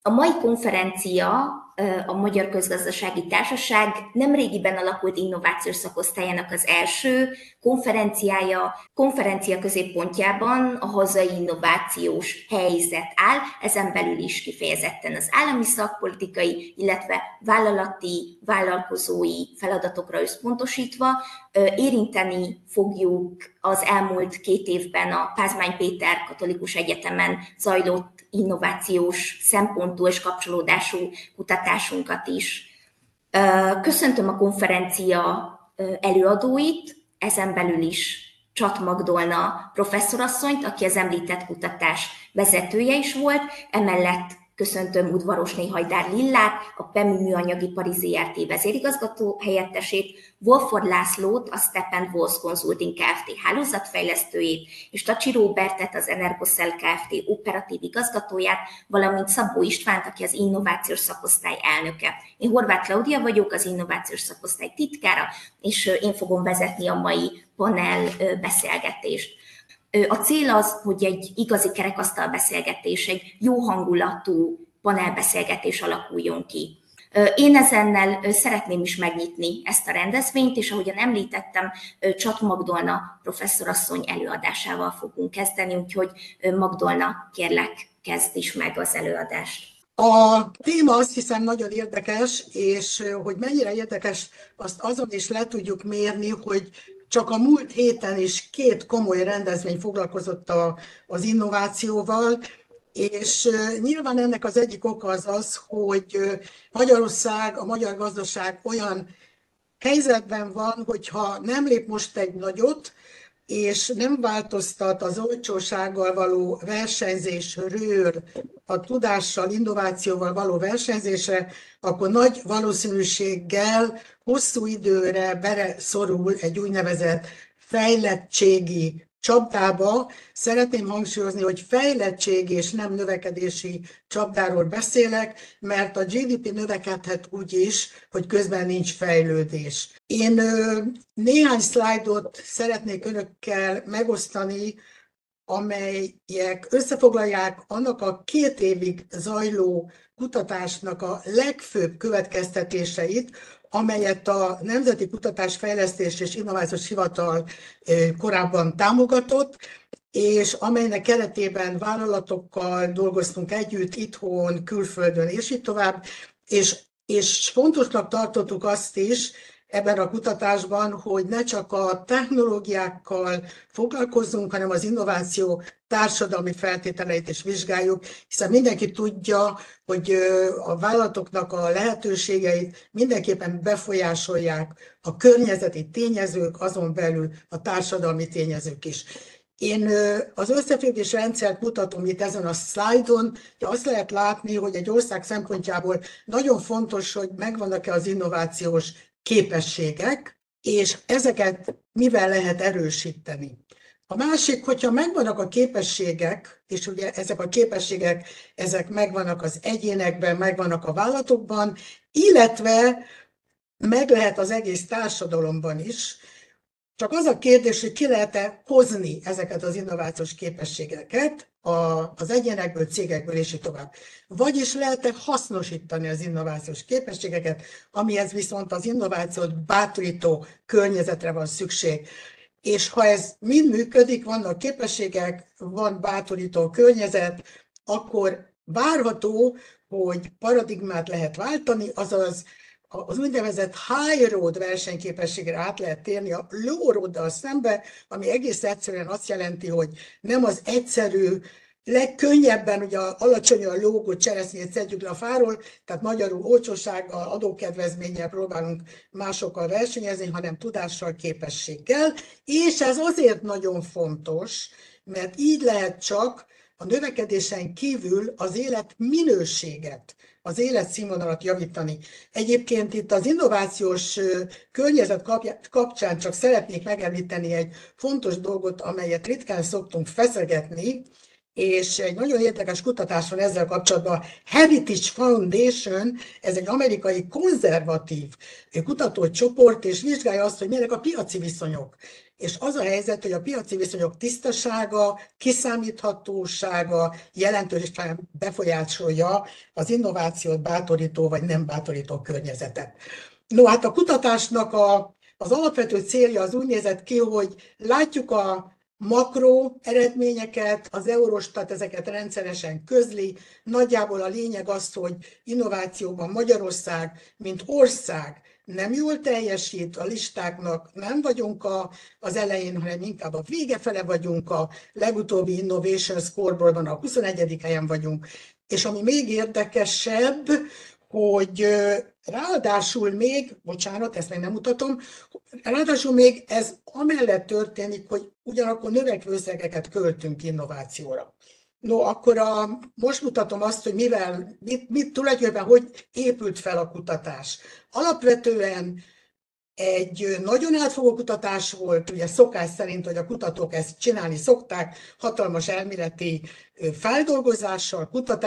A mai konferencia a Magyar Közgazdasági Társaság nemrégiben alakult innovációs szakosztályának az első konferenciája. Konferencia középpontjában a hazai innovációs helyzet áll, ezen belül is kifejezetten az állami szakpolitikai, illetve vállalati, vállalkozói feladatokra összpontosítva. Érinteni fogjuk az elmúlt 2 évben a Pázmány Péter Katolikus Egyetemen zajlott innovációs szempontú és kapcsolódású kutatásunkat is. Köszöntöm a konferencia előadóit, ezen belül is Csat Magdolna professzorasszonyt, aki az említett kutatás vezetője is volt, emellett köszöntöm udvarosné Hajdár Lillát, a PEMI műanyagipari Zrt. Vezérigazgató helyettesét, Wolford Lászlót, a Steppenwolf Consulting Kft. Hálózatfejlesztőjét, és Tacsi Róbertet, az Energocell Kft. Operatív igazgatóját, valamint Szabó Istvánt, aki az innovációs szakosztály elnöke. Én Horváth Klaudia vagyok, az innovációs szakosztály titkára, és én fogom vezetni a mai panel beszélgetést. A cél az, hogy egy igazi kerekasztal beszélgetés, egy jó hangulatú panelbeszélgetés alakuljon ki. Én ezennel szeretném is megnyitni ezt a rendezvényt, és ahogyan említettem, Csat Magdolna professzorasszony előadásával fogunk kezdeni, úgyhogy Magdolna, kérlek, kezd is meg az előadást. A téma azt hiszem nagyon érdekes, és hogy mennyire érdekes, azt azon is le tudjuk mérni, hogy csak a múlt héten is 2 komoly rendezvény foglalkozott az innovációval, és nyilván ennek az egyik oka az, hogy Magyarország, a magyar gazdaság olyan helyzetben van, hogyha nem lép most egy nagyot, és nem változtat az olcsósággal való versenyzésről, a tudással, innovációval való versenyzésre, akkor nagy valószínűséggel hosszú időre beleszorul egy úgynevezett fejlettségi csapdába. Szeretném hangsúlyozni, hogy fejlettség és nem növekedési csapdáról beszélek, mert a GDP növekedhet úgy is, hogy közben nincs fejlődés. Én néhány szlájdot szeretnék önökkel megosztani, amelyek összefoglalják annak a 2 évig zajló kutatásnak a legfőbb következtetéseit, amelyet a Nemzeti Kutatásfejlesztés és Innovációs Hivatal korábban támogatott, és amelynek keretében vállalatokkal dolgoztunk együtt, itthon, külföldön, és így tovább, és fontosnak tartottuk azt is ebben a kutatásban, hogy ne csak a technológiákkal foglalkozzunk, hanem az innováció társadalmi feltételeit is vizsgáljuk, hiszen mindenki tudja, hogy a vállalatoknak a lehetőségeit mindenképpen befolyásolják a környezeti tényezők, azon belül a társadalmi tényezők is. Én az összefüggés rendszert mutatom itt ezen a szlájdon, de azt lehet látni, hogy egy ország szempontjából nagyon fontos, hogy megvannak-e az innovációs képességek, és ezeket mivel lehet erősíteni. A másik, hogyha megvannak a képességek, és ugye ezek a képességek, ezek megvannak az egyénekben, megvannak a vállalatokban, illetve meg lehet az egész társadalomban is, csak az a kérdés, hogy ki lehet-e hozni ezeket az innovációs képességeket az egyénekből, cégekből és így tovább. Vagyis lehet-e hasznosítani az innovációs képességeket, amihez viszont az innovációt bátorító környezetre van szükség. És ha ez mind működik, vannak képességek, van bátorító környezet, akkor várható, hogy paradigmát lehet váltani, azaz az úgynevezett high road versenyképességre át lehet térni a low roaddal szembe, ami egész egyszerűen azt jelenti, hogy nem az egyszerű, legkönnyebben, ugye alacsonyan lógó cseresznyét szedjük le a fáról, tehát magyarul olcsósággal, adókedvezménnyel próbálunk másokkal versenyezni, hanem tudással, képességgel, és ez azért nagyon fontos, mert így lehet csak a növekedésen kívül az élet minőséget, az életszínvonalat javítani. Egyébként itt az innovációs környezet kapcsán csak szeretnék megemlíteni egy fontos dolgot, amelyet ritkán szoktunk feszegetni, és egy nagyon érdekes kutatás van ezzel kapcsolatban. Heritage Foundation, ez egy amerikai konzervatív kutatócsoport, és vizsgálja azt, hogy milyenek a piaci viszonyok. És az a helyzet, hogy a piaci viszonyok tisztasága, kiszámíthatósága jelentősen befolyásolja az innovációt bátorító vagy nem bátorító környezetet. No, hát a kutatásnak az alapvető célja az úgy nézett ki, hogy látjuk a makro eredményeket, az Eurostat ezeket rendszeresen közli. Nagyjából a lényeg az, hogy innovációban Magyarország, mint ország nem jól teljesít, a listáknak nem vagyunk az elején, hanem inkább a vége fele vagyunk, a legutóbbi Innovation Scoreboardban a 21. helyen vagyunk. És ami még érdekesebb, hogy ráadásul még, bocsánat, ezt még nem mutatom, ráadásul még ez amellett történik, hogy ugyanakkor növekvő összegeket költünk innovációra. No, akkor most mutatom azt, hogy mit tulajdonképpen hogy épült fel a kutatás. Alapvetően egy nagyon átfogó kutatás volt, ugye szokás szerint, hogy a kutatók ezt csinálni szokták, hatalmas elméleti feldolgozással,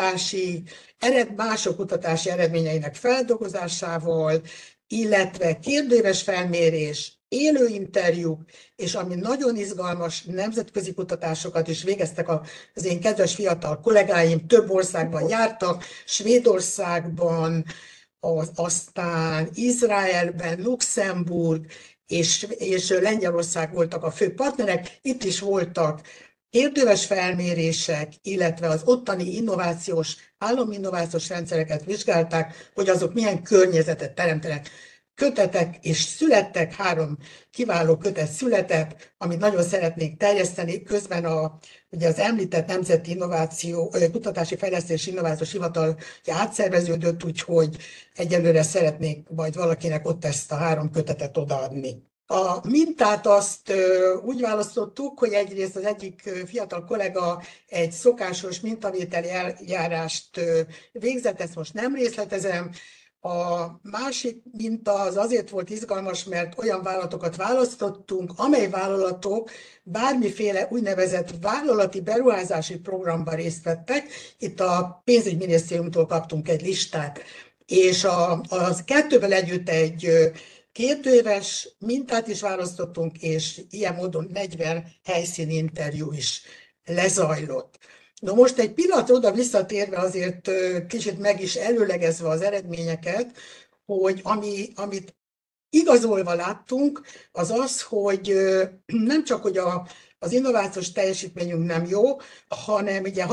mások kutatási eredményeinek feldolgozásával, illetve kérdőíves felmérés, élő interjúk, és ami nagyon izgalmas, nemzetközi kutatásokat is végeztek az én kedves fiatal kollégáim, több országban jártak, Svédországban, aztán Izraelben, Luxemburg és Lengyelország voltak a fő partnerek, itt is voltak kérdőves felmérések, illetve az ottani állami innovációs rendszereket vizsgálták, hogy azok milyen környezetet teremtenek. Kötetek és születtek, 3 kiváló kötet született, amit nagyon szeretnék terjeszteni. Közben ugye az említett Nemzeti Kutatási Fejlesztési Innovációs Hivatal átszerveződött, úgyhogy egyelőre szeretnék majd valakinek ott ezt a 3 kötetet odaadni. A mintát azt úgy választottuk, hogy egyrészt az egyik fiatal kollega egy szokásos mintavételi eljárást végzett, ezt most nem részletezem. A másik minta az azért volt izgalmas, mert olyan vállalatokat választottunk, amely vállalatok bármiféle úgynevezett vállalati beruházási programban részt vettek. Itt a pénzügyminisztériumtól kaptunk egy listát, és az 2-vel együtt egy kérdőíves mintát is választottunk, és ilyen módon 40 helyszíni interjú is lezajlott. Na most egy pillanat oda visszatérve azért kicsit meg is előlegezve az eredményeket, hogy amit igazolva láttunk, az az, hogy nem csak, hogy az innovációs teljesítményünk nem jó, hanem ugye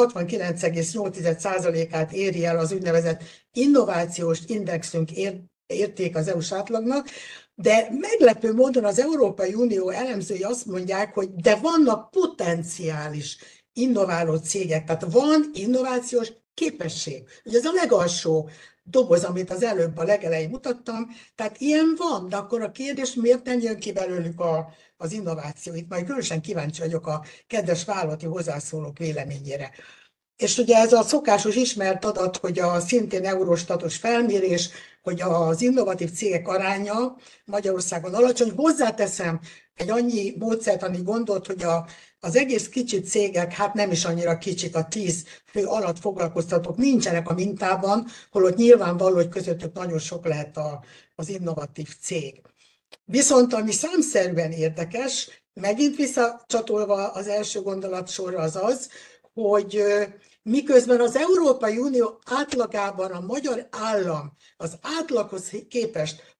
69,8%-át éri el az úgynevezett innovációs indexünk érték az EU-s átlagnak, de meglepő módon az Európai Unió elemzői azt mondják, hogy de vannak potenciális innováló cégek, tehát van innovációs képesség. Ugye ez a legalsó doboz, amit az előbb a legelején mutattam, tehát ilyen van, de akkor a kérdés, miért nem jön ki belőlük az innováció? Itt majd különösen kíváncsi vagyok a kedves vállalati hozzászólók véleményére. És ugye ez a szokásos ismert adat, hogy a szintén Eurostatos felmérés, hogy az innovatív cégek aránya Magyarországon alacsony. Hozzáteszem egy annyi módszertani gondot, hogy az egész kicsi cégek, hát nem is annyira kicsik, a 10 fő alatt foglalkoztatók nincsenek a mintában, holott nyilvánvaló, hogy közöttük nagyon sok lehet az innovatív cég. Viszont ami számszerűen érdekes, megint visszacsatolva az első gondolatsorra az, hogy miközben az Európai Unió átlagában a magyar állam az átlaghoz képest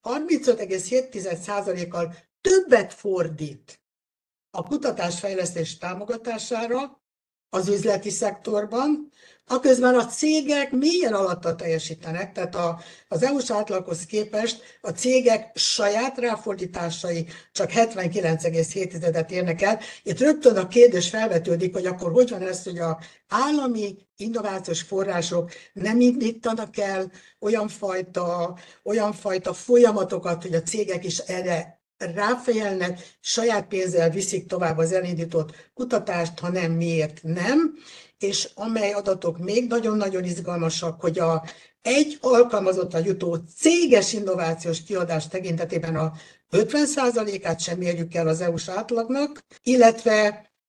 35,7%-kal többet fordít a kutatásfejlesztés támogatására az üzleti szektorban, aközben a cégek mélyen alatta teljesítenek, tehát az EU-s átlaghoz képest a cégek saját ráfordításai csak 79,7-et érnek el. Itt rögtön a kérdés felvetődik, hogy akkor hogy van ez, hogy az állami innovációs források nem indítanak el olyan fajta folyamatokat, hogy a cégek is erre ráfejelnek, saját pénzzel viszik tovább az elindított kutatást, hanem miért nem, és amely adatok még nagyon-nagyon izgalmasak, hogy egy alkalmazottra jutó céges innovációs kiadás tekintetében a 50%-át sem érjük el az EU-s átlagnak, illetve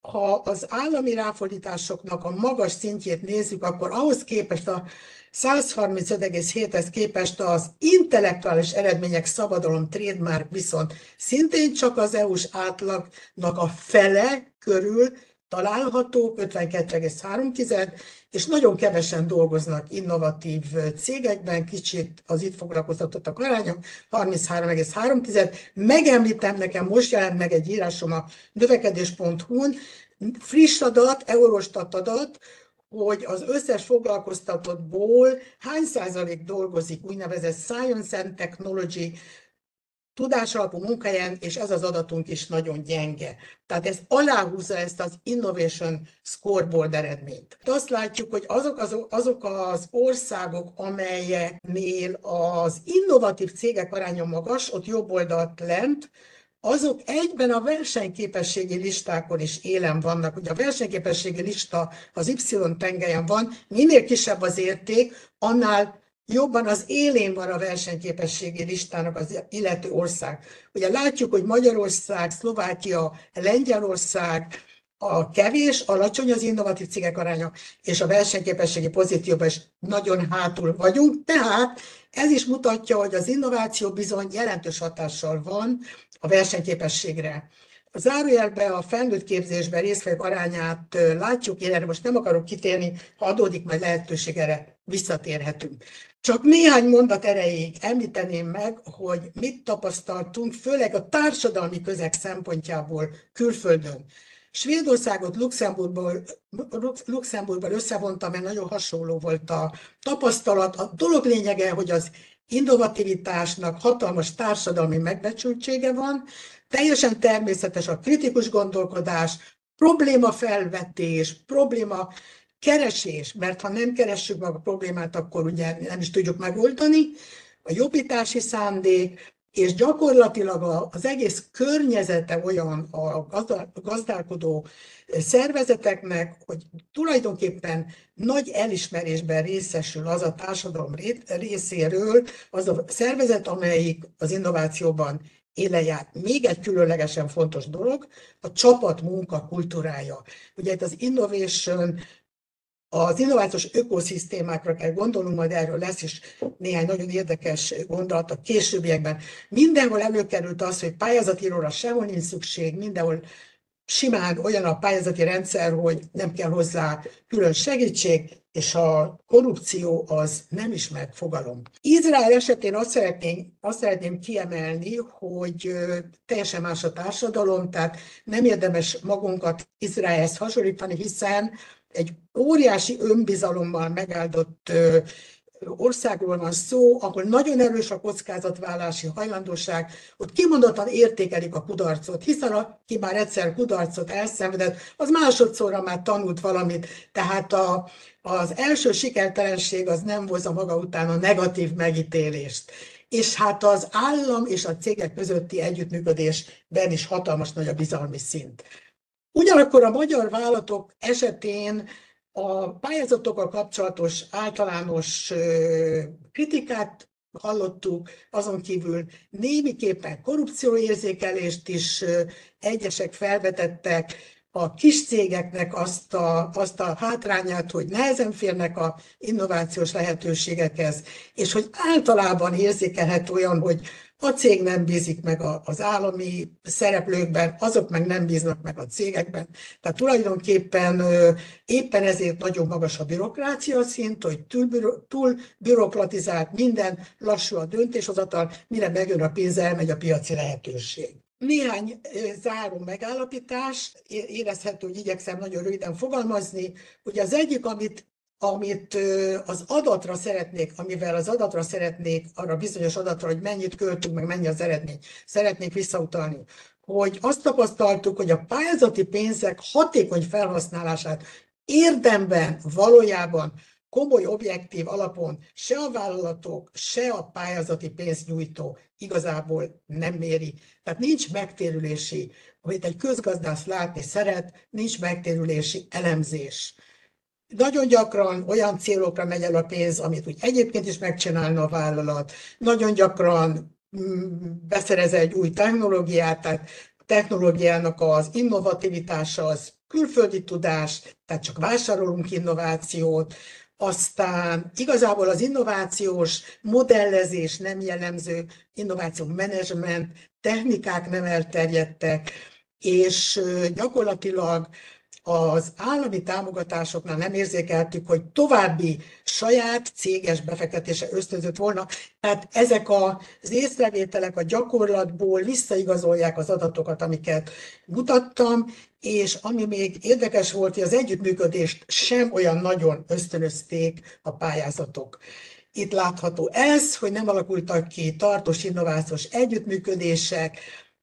ha az állami ráfordításoknak a magas szintjét nézzük, akkor ahhoz képest a 135,7-hez képest az intellektuális eredmények szabadalom trademark viszont szintén csak az EU-s átlagnak a fele körül található, 52,3, és nagyon kevesen dolgoznak innovatív cégekben, kicsit az itt foglalkoztatottak aránya, 33,3. Megemlítem, nekem most jelent meg egy írásom a növekedés.hu-n, friss adat, Eurostat adat, hogy az összes foglalkoztatottból hány százalék dolgozik úgynevezett Science and Technology tudásalapú munkahelyen, és ez az adatunk is nagyon gyenge. Tehát ez aláhúzza ezt az Innovation Scoreboard eredményt. Azt látjuk, hogy azok az országok, amelyeknél az innovatív cégek aránya magas, ott jobb oldalt lent, azok egyben a versenyképességi listákon is élen vannak. Ugye a versenyképességi lista az Y-tengelyen van, minél kisebb az érték, annál jobban az élén van a versenyképességi listának az illető ország. Ugye látjuk, hogy Magyarország, Szlovákia, Lengyelország a kevés, alacsony az innovatív cégek aránya, és a versenyképességi pozícióban is nagyon hátul vagyunk. Tehát ez is mutatja, hogy az innováció bizony jelentős hatással van a versenyképességre. A zárójelben a felnőtt képzésben résztvevők arányát látjuk, én erre most nem akarok kitérni, ha adódik majd lehetőség, erre visszatérhetünk. Csak néhány mondat erejéig említeném meg, hogy mit tapasztaltunk, főleg a társadalmi közeg szempontjából külföldön. Svédországot Luxemburgban összevontam, mert nagyon hasonló volt a tapasztalat. A dolog lényege, hogy az innovativitásnak hatalmas társadalmi megbecsültsége van, teljesen természetes a kritikus gondolkodás, problémafelvetés, probléma keresés, mert ha nem keressük meg a problémát, akkor ugye nem is tudjuk megoldani, a jobbítási szándék, és gyakorlatilag az egész környezete olyan a gazdálkodó szervezeteknek, hogy tulajdonképpen nagy elismerésben részesül az a társadalom részéről, az a szervezet, amelyik az innovációban élen jár. Még egy különlegesen fontos dolog, a csapatmunka kultúrája. Ugye itt az innovációs ökoszisztémákra kell gondolnunk, majd erről lesz is néhány nagyon érdekes gondolat a későbbiekben. Mindenhol előkerült az, hogy pályázatíróra sehol nincs szükség, mindenhol simán olyan a pályázati rendszer, hogy nem kell hozzá külön segítség, és a korrupció az nem ismert fogalom. Izrael esetén azt szeretném kiemelni, hogy teljesen más a társadalom, tehát nem érdemes magunkat Izraelhez hasonlítani, hiszen egy óriási önbizalommal megáldott országról van szó, ahol nagyon erős a kockázatvállalási hajlandóság, ott kimondottan értékelik a kudarcot, hiszen aki már egyszer kudarcot elszenvedett, az másodszorra már tanult valamit, tehát az első sikertelenség az nem hozza maga után a negatív megítélést. És hát az állam és a cégek közötti együttműködésben is hatalmas nagy a bizalmi szint. Ugyanakkor a magyar vállalatok esetén a pályázatokkal kapcsolatos általános kritikát hallottuk, azon kívül némiképpen korrupcióérzékelést is egyesek felvetettek, a kis cégeknek azt a hátrányát, hogy nehezen férnek a innovációs lehetőségekhez, és hogy általában érzékelhető olyan, hogy a cég nem bízik meg az állami szereplőkben, azok meg nem bíznak meg a cégekben. Tehát tulajdonképpen éppen ezért nagyon magas a bürokrácia szint, hogy túl bürokratizált minden, lassú a döntéshozatal, mire megjön a pénz, elmegy a piaci lehetőség. Néhány záró megállapítás, érezhető, hogy igyekszem nagyon röviden fogalmazni. Ugye az egyik, amit az adatra szeretnék, amivel az adatra szeretnék, arra bizonyos adatra, hogy mennyit költünk, meg mennyi az eredmény, szeretnék visszautalni, hogy azt tapasztaltuk, hogy a pályázati pénzek hatékony felhasználását érdemben, valójában komoly, objektív alapon se a vállalatok, se a pályázati pénznyújtó igazából nem méri. Tehát nincs megtérülési, amit egy közgazdász látni szeret, nincs megtérülési elemzés. Nagyon gyakran olyan célokra megy el a pénz, amit úgy egyébként is megcsinálna a vállalat. Nagyon gyakran beszerez egy új technológiát, tehát a technológiának az innovativitása az külföldi tudás, tehát csak vásárolunk innovációt, aztán igazából az innovációs modellezés nem jellemző, innováció menedzsment, technikák nem elterjedtek, és gyakorlatilag az állami támogatásoknál nem érzékeltük, hogy további saját céges befektetése ösztönzött volna. Tehát ezek az észrevételek a gyakorlatból visszaigazolják az adatokat, amiket mutattam, és ami még érdekes volt, hogy az együttműködést sem olyan nagyon ösztönözték a pályázatok. Itt látható ez, hogy nem alakultak ki tartós innovációs együttműködések,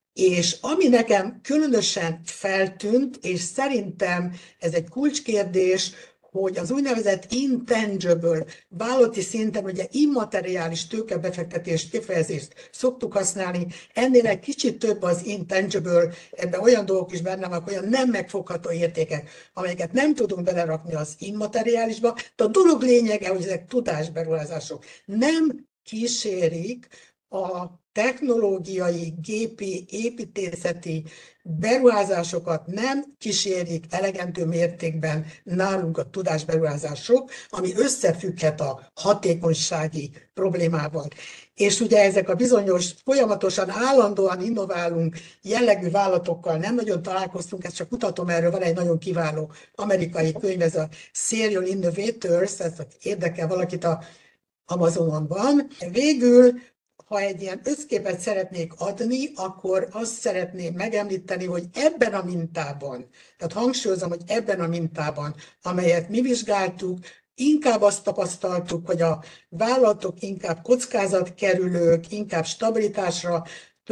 és ami nekem különösen feltűnt, és szerintem ez egy kulcskérdés, hogy az úgynevezett intangible, vállalati szinten ugye immateriális tőkebefektetés kifejezést szoktuk használni, ennél egy kicsit több az intangible, ebben olyan dolgok is benne vannak, olyan nem megfogható értékek, amelyeket nem tudunk belerakni az immateriálisba, de a dolog lényege, hogy ezek tudásberuházások nem kísérik a technológiai, gépi, építészeti beruházásokat, nem kísérik elegendő mértékben nálunk a tudásberuházások, ami összefügghet a hatékonysági problémával. És ugye ezek a bizonyos, folyamatosan, állandóan innoválunk jellegű vállalatokkal nem nagyon találkoztunk, ezt csak mutatom, erről van egy nagyon kiváló amerikai könyv, ez a Serial Innovators, ez érdekel valakit, a Amazonon van. Végül, ha egy ilyen összképet szeretnék adni, akkor azt szeretném megemlíteni, hogy ebben a mintában, tehát hangsúlyozom, hogy ebben a mintában, amelyet mi vizsgáltuk, inkább azt tapasztaltuk, hogy a vállalatok inkább kockázatkerülők, inkább stabilitásra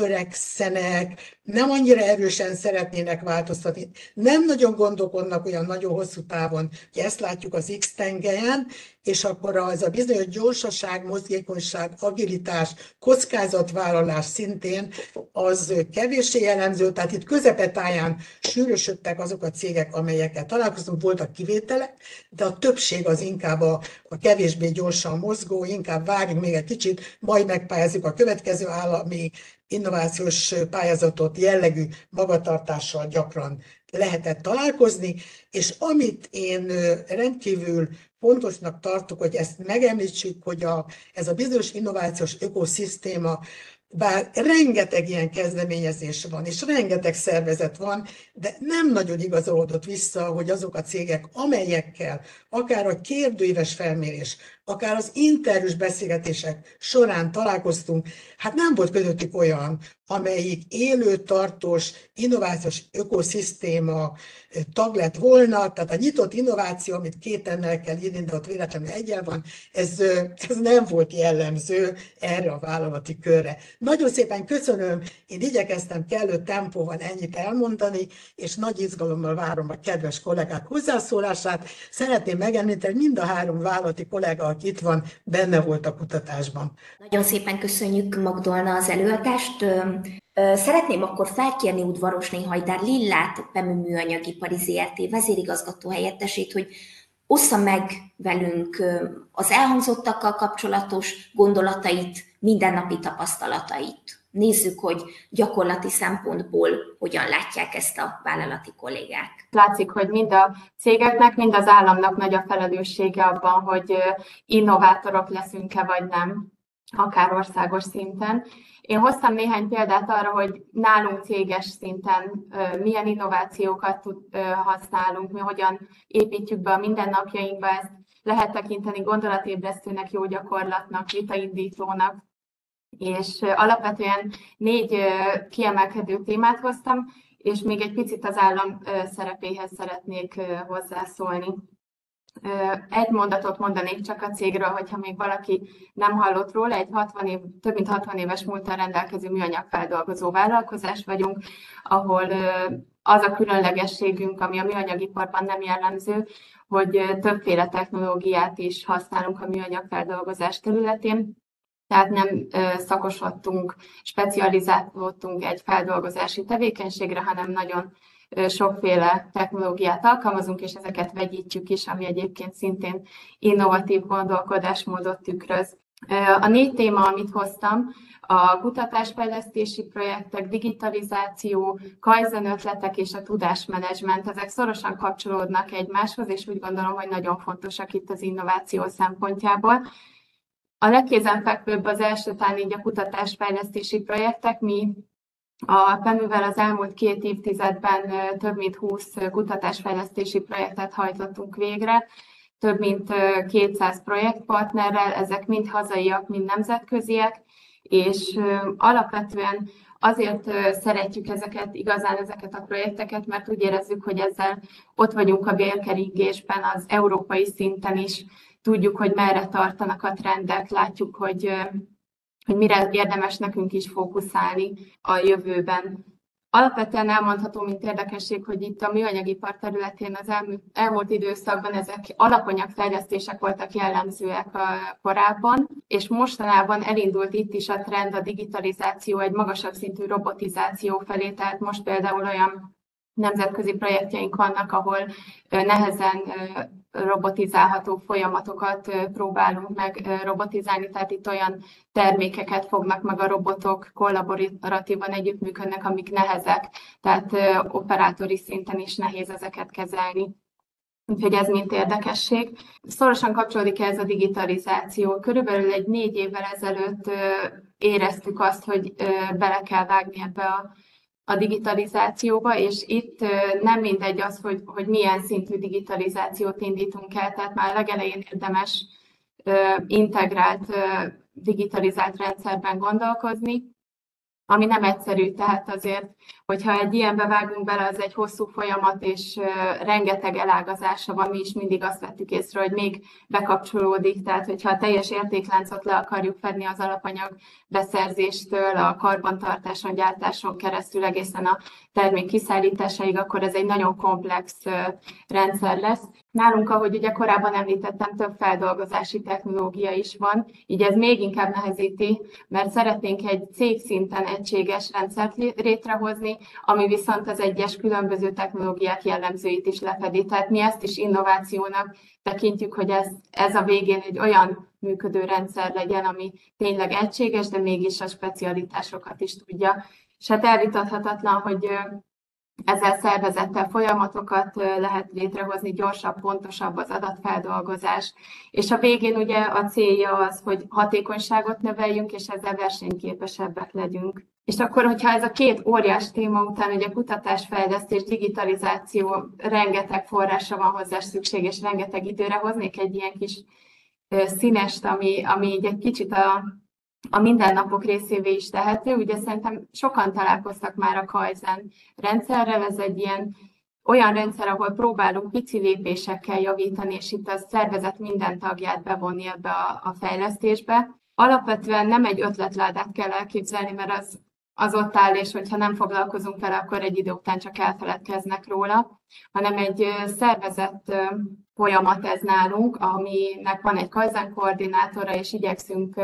törekszenek, nem annyira erősen szeretnének változtatni, nem nagyon gondolkodnak olyan nagyon hosszú távon, hogy ezt látjuk az X-tengelyen, és akkor az a bizonyos gyorsaság, mozgékonyság, agilitás, kockázatvállalás szintén az kevéssé jellemző, tehát itt közepetáján sűrösödtek azok a cégek, amelyekkel találkoztunk, voltak kivételek, de a többség az inkább a kevésbé gyorsan mozgó, inkább várjunk még egy kicsit, majd megpályázzuk a következő állami innovációs pályázatot jellegű magatartással gyakran lehetett találkozni, és amit én rendkívül fontosnak tartok, hogy ezt megemlítsük, hogy ez a bizonyos innovációs ökoszisztéma, bár rengeteg ilyen kezdeményezés van, és rengeteg szervezet van, de nem nagyon igazolódott vissza, hogy azok a cégek, amelyekkel akár a kérdőíves felmérés, akár az interjús beszélgetések során találkoztunk, hát nem volt közöttük olyan, amelyik élő, tartós, innovációs ökoszisztéma tag lett volna, tehát a nyitott innováció, amit két ennel kell írni, de ott véletlenül egyel van, ez nem volt jellemző erre a vállalati körre. Nagyon szépen köszönöm, én igyekeztem kellő tempóban ennyit elmondani, és nagy izgalommal várom a kedves kollégák hozzászólását. Szeretném megemlíteni, hogy mind a három vállalati kollega, aki itt van, benne volt a kutatásban. Nagyon szépen köszönjük, Magdolna, az előadást. Szeretném akkor felkérni Udvarosné Hajdár Lillát, PEMÜ Műanyagipari Zrt. Vezérigazgató helyettesét, hogy ossza meg velünk az elhangzottakkal kapcsolatos gondolatait, mindennapi tapasztalatait. Nézzük, hogy gyakorlati szempontból hogyan látják ezt a vállalati kollégák. Látszik, hogy mind a cégeknek, mind az államnak nagy a felelőssége abban, hogy innovátorok leszünk-e vagy nem, akár országos szinten. Én hoztam néhány példát arra, hogy nálunk céges szinten milyen innovációkat használunk, mi hogyan építjük be a mindennapjainkba, ezt lehet tekinteni gondolatébresztőnek, jó gyakorlatnak, vitaindítónak, és alapvetően 4 kiemelkedő témát hoztam, és még egy picit az állam szerepéhez szeretnék hozzászólni. Egy mondatot mondanék csak a cégről, hogyha még valaki nem hallott róla, egy több mint 60 éves múlttal rendelkező műanyagfeldolgozó vállalkozás vagyunk, ahol az a különlegességünk, ami a műanyagiparban nem jellemző, hogy többféle technológiát is használunk a műanyagfeldolgozás területén. Tehát nem szakosodtunk, specializálódtunk egy feldolgozási tevékenységre, hanem nagyon sokféle technológiát alkalmazunk, és ezeket vegyítjük is, ami egyébként szintén innovatív gondolkodásmódot tükröz. A 4 téma, amit hoztam, a kutatásfejlesztési projektek, digitalizáció, Kaizen ötletek és a tudásmenedzsment, ezek szorosan kapcsolódnak egymáshoz, és úgy gondolom, hogy nagyon fontosak itt az innováció szempontjából. A legkézenfekvőbb az első talán így a kutatásfejlesztési projektek. Mi a PEMÜ-vel az elmúlt 2 évtizedben több mint 20 kutatásfejlesztési projektet hajtottunk végre, több mint 200 projektpartnerrel, ezek mind hazaiak, mind nemzetköziek, és alapvetően azért szeretjük ezeket a projekteket, mert úgy érezzük, hogy ezzel ott vagyunk a bélkeringésben, az európai szinten is, tudjuk, hogy merre tartanak a trendek, látjuk, hogy mire érdemes nekünk is fókuszálni a jövőben. Alapvetően elmondható, mint érdekesség, hogy itt a műanyagipar területén az elmúlt időszakban ezek alapanyagfejlesztések voltak jellemzőek korábban, és mostanában elindult itt is a trend a digitalizáció, egy magasabb szintű robotizáció felé, tehát most például olyan nemzetközi projektjeink vannak, ahol nehezen robotizálható folyamatokat próbálunk meg robotizálni, tehát itt olyan termékeket fognak meg a robotok, kollaboratívan együttműködnek, amik nehezek, tehát operátori szinten is nehéz ezeket kezelni. Úgyhogy ez mind érdekesség. Szorosan kapcsolódik ez a digitalizáció. Körülbelül egy 4 évvel ezelőtt éreztük azt, hogy bele kell vágni ebbe a digitalizációba, és itt nem mindegy az, hogy milyen szintű digitalizációt indítunk el, tehát már legelején érdemes integrált, digitalizált rendszerben gondolkozni, ami nem egyszerű, tehát azért, hogyha egy ilyenbe vágunk bele, az egy hosszú folyamat, és rengeteg elágazása van, mi is mindig azt vettük észre, hogy még bekapcsolódik, tehát hogyha a teljes értékláncot le akarjuk fedni az alapanyag beszerzéstől, a karbantartáson, gyártáson keresztül egészen a termék kiszállításáig, akkor ez egy nagyon komplex rendszer lesz. Nálunk, ahogy ugye korábban említettem, több feldolgozási technológia is van, így ez még inkább nehezíti, mert szeretnénk egy cégszinten egységes rendszert létrehozni, ami viszont az egyes különböző technológiák jellemzőit is lefedi. Tehát mi ezt is innovációnak tekintjük, hogy ez a végén egy olyan működő rendszer legyen, ami tényleg egységes, de mégis a specialitásokat is tudja. És hát elvitathatatlan, hogy ezzel szervezettel folyamatokat lehet létrehozni, gyorsabb, pontosabb az adatfeldolgozás. És a végén ugye a célja az, hogy hatékonyságot növeljünk, és ezzel versenyképesebbek legyünk. És akkor, hogyha ez a 2 óriás téma után, ugye kutatásfejlesztés, digitalizáció, rengeteg forrásra van hozzá szükség, és rengeteg időre hoznék egy ilyen kis színest, ami így egy kicsit a mindennapok részévé is tehető. Ugye szerintem sokan találkoztak már a Kaizen rendszerrel, ez egy olyan rendszer, ahol próbálunk pici lépésekkel javítani, és itt a szervezet minden tagját bevonni ebbe a fejlesztésbe. Alapvetően nem egy ötletládát kell elképzelni, mert az ott áll, és hogyha nem foglalkozunk vele, akkor egy idő után csak elfeledkeznek róla, hanem egy szervezett folyamat ez nálunk, aminek van egy Kaizen koordinátora, és igyekszünk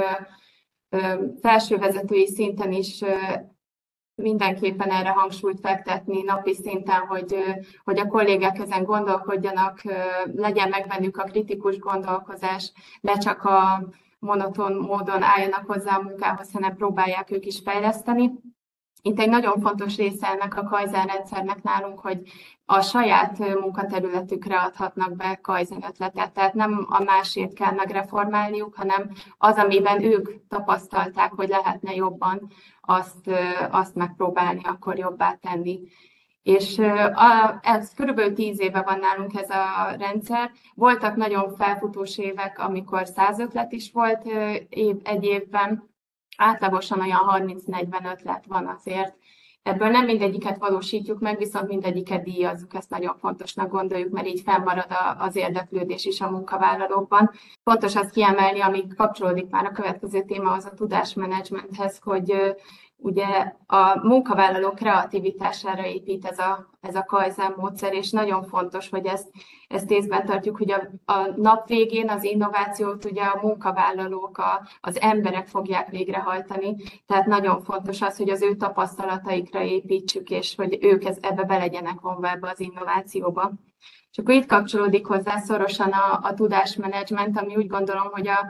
felsővezetői szinten is mindenképpen erre hangsúlyt fektetni napi szinten, hogy a kollégák ezen gondolkodjanak, legyen meg bennük a kritikus gondolkozás, ne csak a monoton módon álljanak hozzá a munkához, hanem próbálják ők is fejleszteni. Itt egy nagyon fontos része ennek a Kaizen rendszernek nálunk, hogy a saját munkaterületükre adhatnak be Kaizen ötletet, tehát nem a másét kell megreformálniuk, hanem az, amiben ők tapasztalták, hogy lehetne jobban, azt megpróbálni akkor jobbá tenni. És ez körülbelül 10 éve van nálunk ez a rendszer. Voltak nagyon felfutós évek, amikor 100 ötlet is volt egy évben, átlagosan olyan 30-40 ötlet van azért. Ebből nem mindegyiket valósítjuk meg, viszont mindegyiket díjazzuk, ezt nagyon fontosnak gondoljuk, mert így fennmarad az érdeklődés is a munkavállalókban. Fontos azt kiemelni, ami kapcsolódik már a következő témához, a tudásmenedzsmenthez, hogy ugye a munkavállaló kreativitására épít ez a Kaizen módszer, és nagyon fontos, hogy ezt észben tartjuk, hogy a nap végén az innovációt ugye a munkavállalók, az emberek fogják végrehajtani, tehát nagyon fontos az, hogy az ő tapasztalataikra építsük, és hogy ők ebbe be legyenek vonva ebbe az innovációba. És akkor itt kapcsolódik hozzá szorosan a tudásmenedzsment, ami úgy gondolom, hogy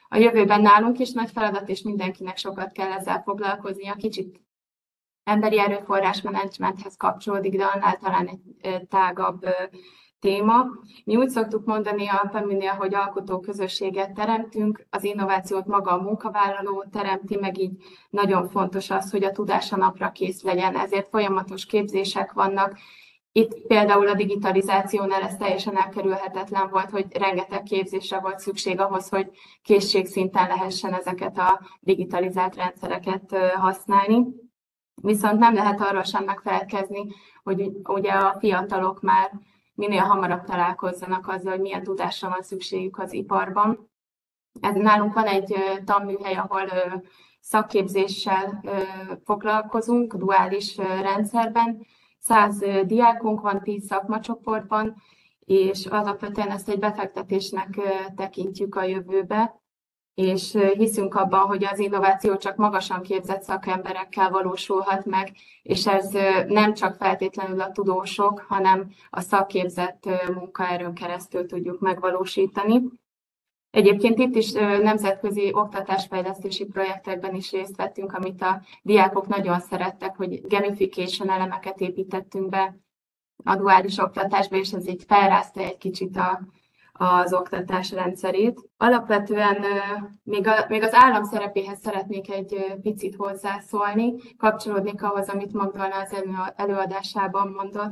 A jövőben nálunk is nagy feladat, és mindenkinek sokat kell ezzel foglalkoznia. Kicsit emberi erőforrás menedzsmenthez kapcsolódik, de annál talán egy tágabb téma. Mi úgy szoktuk mondani a PEMI-nél, hogy alkotó közösséget teremtünk, az innovációt maga a munkavállaló teremti, meg így nagyon fontos az, hogy a tudás a napra kész legyen, ezért folyamatos képzések vannak. Itt például a digitalizációnál ez teljesen elkerülhetetlen volt, hogy rengeteg képzésre volt szükség ahhoz, hogy készségszinten lehessen ezeket a digitalizált rendszereket használni. Viszont nem lehet arról sem megfelelkezni, hogy ugye a fiatalok már minél hamarabb találkozzanak azzal, hogy milyen tudásra van szükségük az iparban. Nálunk van egy tanműhely, ahol szakképzéssel foglalkozunk, duális rendszerben. 100 diákunk van 10 szakmacsoportban, és alapvetően ezt egy befektetésnek tekintjük a jövőbe, és hiszünk abban, hogy az innováció csak magasan képzett szakemberekkel valósulhat meg, és ez nem csak feltétlenül a tudósok, hanem a szakképzett munkaerőn keresztül tudjuk megvalósítani. Egyébként itt is nemzetközi oktatásfejlesztési projektekben is részt vettünk, amit a diákok nagyon szerettek, hogy gamification elemeket építettünk be a duális oktatásba, és ez így felrázta egy kicsit az oktatás rendszerét. Alapvetően még az állam szerepéhez szeretnék egy picit hozzászólni, kapcsolódnék ahhoz, amit Magdolna az előadásában mondott,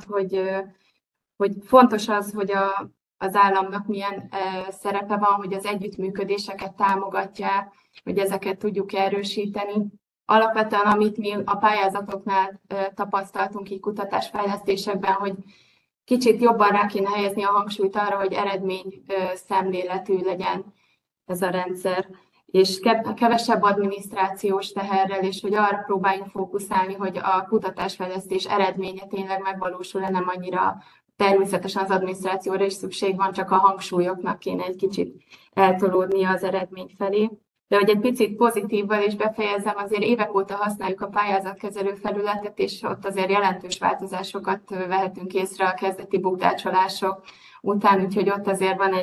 hogy fontos az, hogy az államnak milyen szerepe van, hogy az együttműködéseket támogatja, hogy ezeket tudjuk erősíteni. Alapvetően, amit mi a pályázatoknál tapasztaltunk így kutatásfejlesztésekben, hogy kicsit jobban rá kéne helyezni a hangsúlyt arra, hogy eredmény szemléletű legyen ez a rendszer, és kevesebb adminisztrációs teherrel, és hogy arra próbáljunk fókuszálni, hogy a kutatásfejlesztés eredménye tényleg megvalósul-e, nem annyira természetesen az adminisztrációra is szükség van, csak a hangsúlyoknak kéne egy kicsit eltolódnia az eredmény felé. De hogy egy picit pozitívval is befejezem, azért évek óta használjuk a pályázatkezelő felületet, és ott azért jelentős változásokat vehetünk észre a kezdeti bukdácsolások után, úgyhogy ott azért van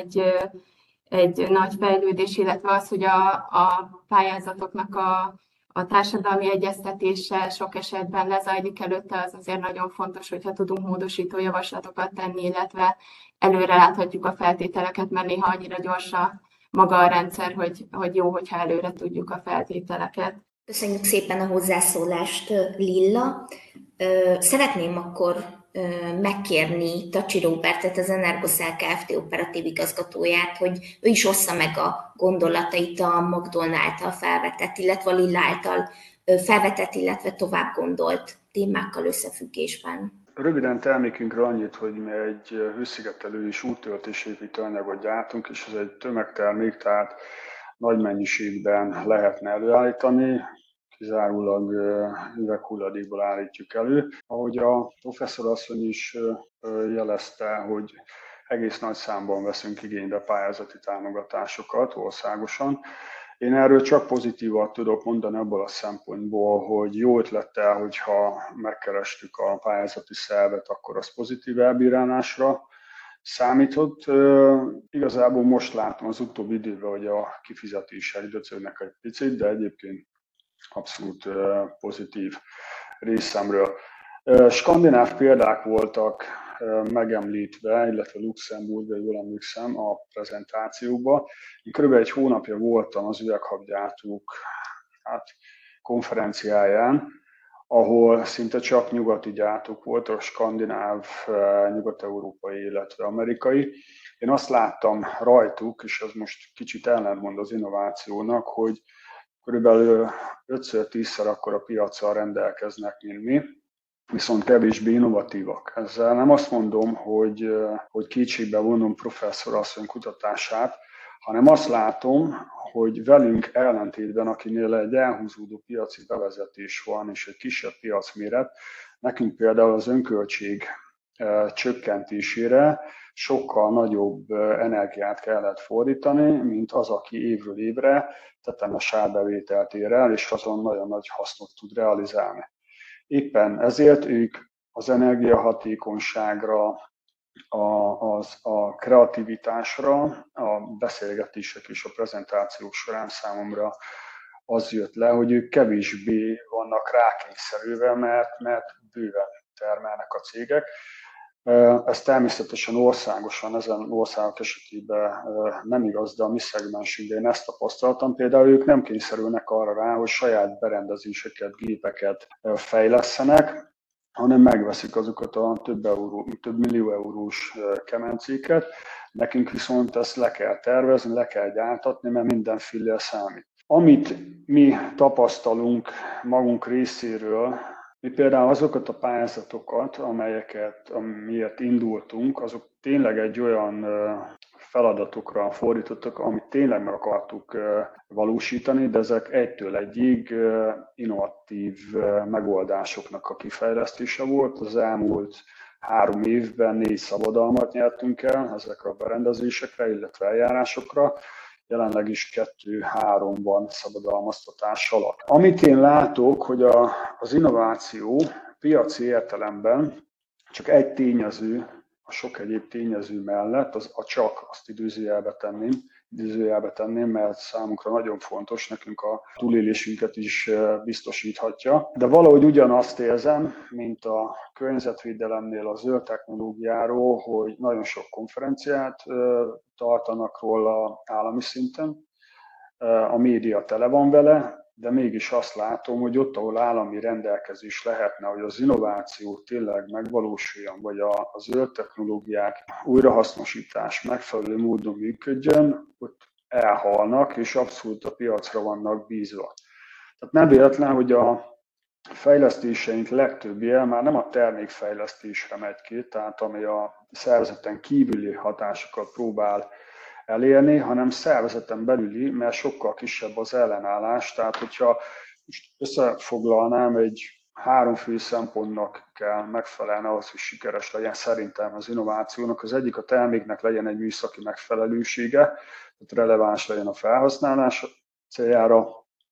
egy nagy fejlődés, illetve az, hogy a pályázatoknak a társadalmi egyeztetése sok esetben lezajlik előtte, az azért nagyon fontos, hogyha tudunk módosító javaslatokat tenni, illetve előre láthatjuk a feltételeket, mert néha annyira gyors maga a rendszer, hogy jó, hogyha előre tudjuk a feltételeket. Köszönjük szépen a hozzászólást, Lilla. Szeretném akkor megkérni Tacsi Róbertet, az Energoszál Kft. Operatív igazgatóját, hogy ő is ossza meg a gondolatait a Magdolna által felvetett, illetve a Lilla által felvetett, illetve tovább gondolt témákkal összefüggésben. Röviden termékünkről annyit, hogy mi egy hőszigetelő és úttöltésépítő anyagot gyártunk, és ez egy tömegtermék, tehát nagy mennyiségben lehetne előállítani, kizárólag üveghulladékból állítjuk elő. Ahogy a professzor asszony is jelezte, hogy egész nagy számban veszünk igénybe pályázati támogatásokat országosan. Én erről csak pozitívat tudok mondani abból a szempontból, hogy jó ötlettel, hogyha megkerestük a pályázati szervet, akkor az pozitív elbírálásra számított. Igazából most látom az utóbbi időben, hogy a kifizetések döcögnek egy picit, de egyébként abszolút pozitív részemről. Skandináv példák voltak megemlítve, illetve Luxemburgban, jól emlékszem, a prezentációban. Én körülbelül egy hónapja voltam az üveghabgyártók konferenciáján, ahol szinte csak nyugati gyártók voltak, skandináv, nyugat-európai, illetve amerikai. Én azt láttam rajtuk, és ez most kicsit ellentmond az innovációnak, hogy körülbelül 5-10-szer akkora piaccal rendelkeznek, mint mi, viszont kevésbé innovatívak. Ezzel nem azt mondom, hogy kétségbe vonom professzor asszony kutatását, hanem azt látom, hogy velünk ellentétben, akinél egy elhúzódó piaci bevezetés van, és egy kisebb piacméret, nekünk például az önköltség csökkentésére sokkal nagyobb energiát kellett fordítani, mint az, aki évről évre tetemes árbevételt ér el, és azon nagyon nagy hasznot tud realizálni. Éppen ezért ők az energiahatékonyságra, a kreativitásra, a beszélgetések és a prezentációk során számomra az jött le, hogy ők kevésbé vannak rákényszerülve, mert bőven termelnek a cégek. Ez természetesen országosan, ezen országok esetében nem igaz, de a mi szegmensünkben én ezt tapasztaltam. Például ők nem kényszerülnek arra rá, hogy saját berendezéseket, gépeket fejlesztenek, hanem megveszik azokat a több millió eurós kemencéket. Nekünk viszont ezt le kell tervezni, le kell gyártatni, mert minden fillér számít. Amit mi tapasztalunk magunk részéről, mi például azokat a pályázatokat, amiért indultunk, azok tényleg egy olyan feladatokra fordítottak, amit tényleg meg akartuk valósítani, de ezek egytől egyig innovatív megoldásoknak a kifejlesztése volt. Az elmúlt 3 évben 4 szabadalmat nyertünk el ezekre a berendezésekre, illetve eljárásokra. Jelenleg is 2-3 van szabadalmaztatás alatt. Amit én látok, hogy az innováció piaci értelemben csak egy tényező, a sok egyéb tényező mellett, azt idézőjelbe tenném, mert számunkra nagyon fontos, nekünk a túlélésünket is biztosíthatja. De valahogy ugyanazt érzem, mint a környezetvédelemnél, a zöld technológiáról, hogy nagyon sok konferenciát tartanak róla állami szinten, a média tele van vele, de mégis azt látom, hogy ott, ahol állami rendelkezés lehetne, hogy az innováció tényleg megvalósuljon, vagy a zöld technológiák újrahasznosítás megfelelő módon működjön, ott elhalnak, és abszolút a piacra vannak bízva. Tehát nem véletlen, hogy a fejlesztéseink legtöbbje már nem a termékfejlesztésre megy ki, tehát ami a szervezeten kívüli hatásokat próbál elérni, hanem szervezeten belüli, mert sokkal kisebb az ellenállás. Tehát, hogyha most összefoglalnám, egy 3 fő szempontnak kell megfelelni ahhoz, hogy sikeres legyen szerintem az innovációnak. Az egyik a terméknek legyen egy műszaki megfelelősége, tehát releváns legyen a felhasználás céljára.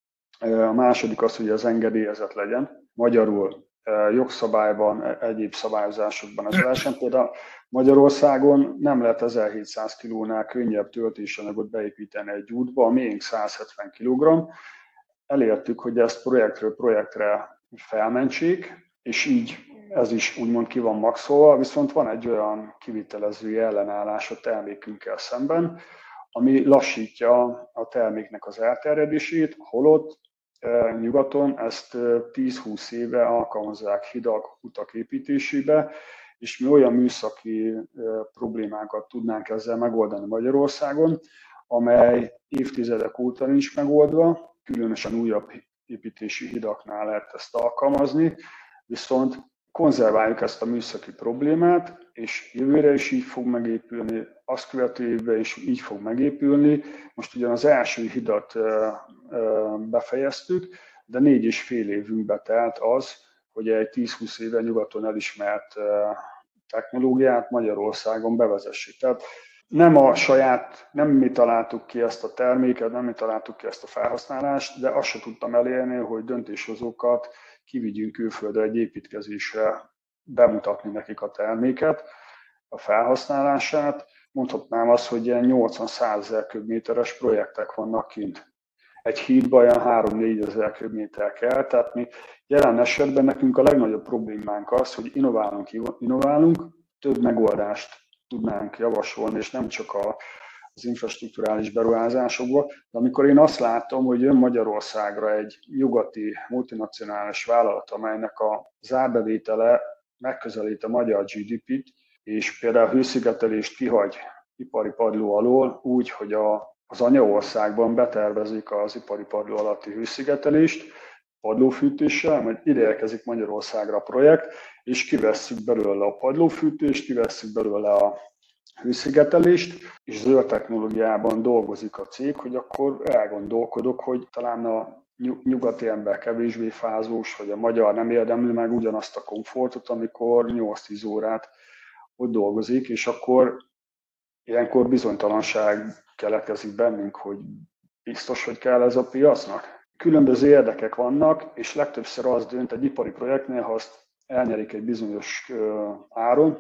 A második az, hogy az engedélyezett legyen. Magyarul jogszabályban, egyéb szabályozásokban az verseny. Például Magyarországon nem lehet 1700 kilónál könnyebb töltésanyagot beépíteni egy útba, a miénk 170 kg. Elértük, hogy ezt projektről projektre felmentsék, és így ez is úgymond ki van maxolva, viszont van egy olyan kivitelezői ellenállás a termékünkkel szemben, ami lassítja a terméknek az elterjedését, holott nyugaton ezt 10-20 éve alkalmazzák hidak, utak építésébe, és mi olyan műszaki problémákat tudnánk ezzel megoldani Magyarországon, amely évtizedek óta nincs megoldva, különösen újabb építési hidaknál lehet ezt alkalmazni, viszont konzerváljuk ezt a műszaki problémát, és jövőre is így fog megépülni, azt követő évben is így fog megépülni. Most ugyan az első hidat befejeztük, de 4,5 évünkbe telt az, hogy egy 10-20 éve nyugaton elismert technológiát Magyarországon bevezessük. Tehát nem mi találtuk ki ezt a terméket, nem mi találtuk ki ezt a felhasználást, de azt sem tudtam elérni, hogy döntéshozókat kivigyünk külföldre egy építkezésre, bemutatni nekik a terméket, a felhasználását. Mondhatnám azt, hogy ilyen 80-100 ezer köbméteres projektek vannak kint. Egy hídban olyan 3-4 ezer köbméter kell, tehát mi jelen esetben nekünk a legnagyobb problémánk az, hogy innoválunk, több megoldást tudnánk javasolni, és nem csak az infrastrukturális beruházásokba, de amikor én azt látom, hogy jön Magyarországra egy nyugati multinacionális vállalat, amelynek az árbevétele megközelít a magyar GDP-t, és például a hőszigetelést kihagy ipari padló alól úgy, hogy az anyaországban betervezik az ipari padló alatti hőszigetelést, padlófűtéssel, majd ide érkezik Magyarországra a projekt, és kivesszük belőle a padlófűtést, kivesszük belőle a hőszigetelést, és zöld technológiában dolgozik a cég, hogy akkor elgondolkodok, hogy talán a nyugati ember kevésbé fázós, vagy a magyar nem érdemli meg ugyanazt a komfortot, amikor 8-10 órát ott dolgozik, és akkor ilyenkor bizonytalanság keletkezik bennünk, hogy biztos, hogy kell ez a piacnak. Különböző érdekek vannak, és legtöbbször az dönt egy ipari projektnél, ha azt elnyerik egy bizonyos áron,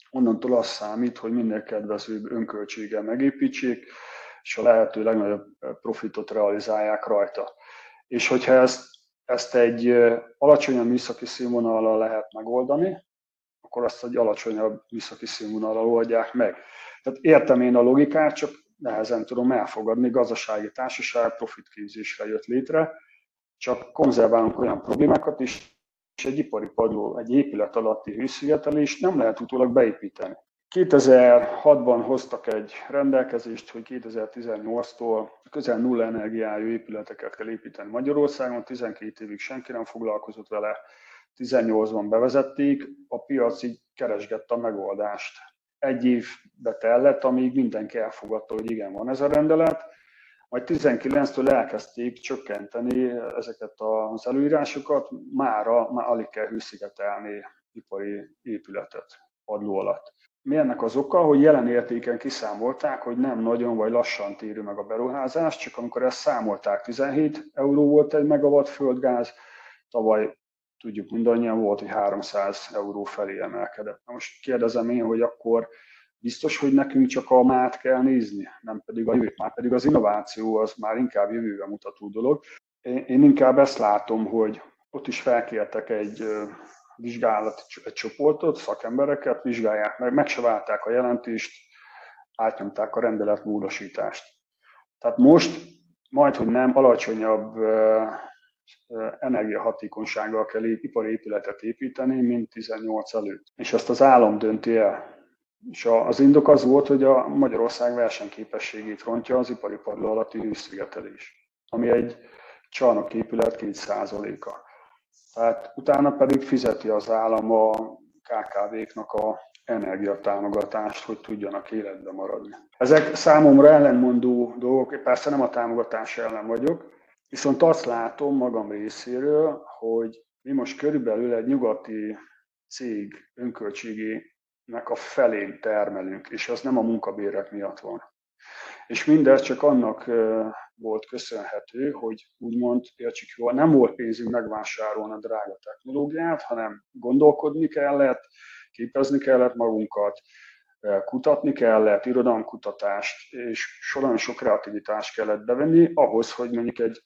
onnantól az számít, hogy minél kedvezőbb önköltséggel megépítsék, és a lehető legnagyobb profitot realizálják rajta. És hogyha ezt egy alacsonyabb műszaki színvonallal lehet megoldani, akkor azt egy alacsonyabb műszaki színvonallal oldják meg. Tehát értem én a logikát, csak nehezen tudom elfogadni, gazdasági társaság profitképzésre jött létre, csak konzerválunk olyan problémákat is, és egy ipari padló, egy épület alatti hőszigetelést nem lehet utólag beépíteni. 2006-ban hoztak egy rendelkezést, hogy 2018-tól közel nulla energiájú épületeket kell építeni Magyarországon, 12 évig senki nem foglalkozott vele, 18-ban bevezették, a piac így keresgette a megoldást. Egy évbe tellett, amíg mindenki elfogadta, hogy igen, van ez a rendelet, majd 19-től elkezdték csökkenteni ezeket az előírásokat, már alig kell hőszigetelni ipari épületet padló alatt. Mi ennek az oka, hogy jelen értéken kiszámolták, hogy nem nagyon vagy lassan térül meg a beruházás, csak amikor ezt számolták, 17 euró volt egy megawatt földgáz, tavaly tudjuk mindannyian volt, hogy 300 euró felé emelkedett. Na most kérdezem én, hogy akkor biztos, hogy nekünk csak a mát kell nézni, nem pedig a jövőt. Már pedig az innováció az már inkább jövőbe mutató dolog. Én inkább ezt látom, hogy ott is felkértek egy vizsgálati csoportot, szakembereket, vizsgálják meg se várták a jelentést, átnyomták a rendeletmódosítást. Tehát most majdhogy nem alacsonyabb energiahatékonysággal kell ipari épületet építeni, mint 18 előtt. És ezt az állam dönti el. És az indok az volt, hogy a Magyarország versenyképességét rontja az ipari padló alatti hőszigetelés, ami egy csarnoképület 2%-a. Tehát utána pedig fizeti az állam a KKV-knak a energiatámogatást, hogy tudjanak életben maradni. Ezek számomra ellentmondó dolgok, persze nem a támogatás ellen vagyok, viszont azt látom magam részéről, hogy mi most körülbelül egy nyugati cég önköltségének a felén termelünk, és az nem a munkabérek miatt van. És mindez csak annak volt köszönhető, hogy úgymond, értsük jól, nem volt pénzünk megvásárolni a drága technológiát, hanem gondolkodni kellett, képezni kellett magunkat, kutatni kellett, irodalomkutatást, és nagyon sok kreativitást kellett bevenni ahhoz, hogy mondjuk egy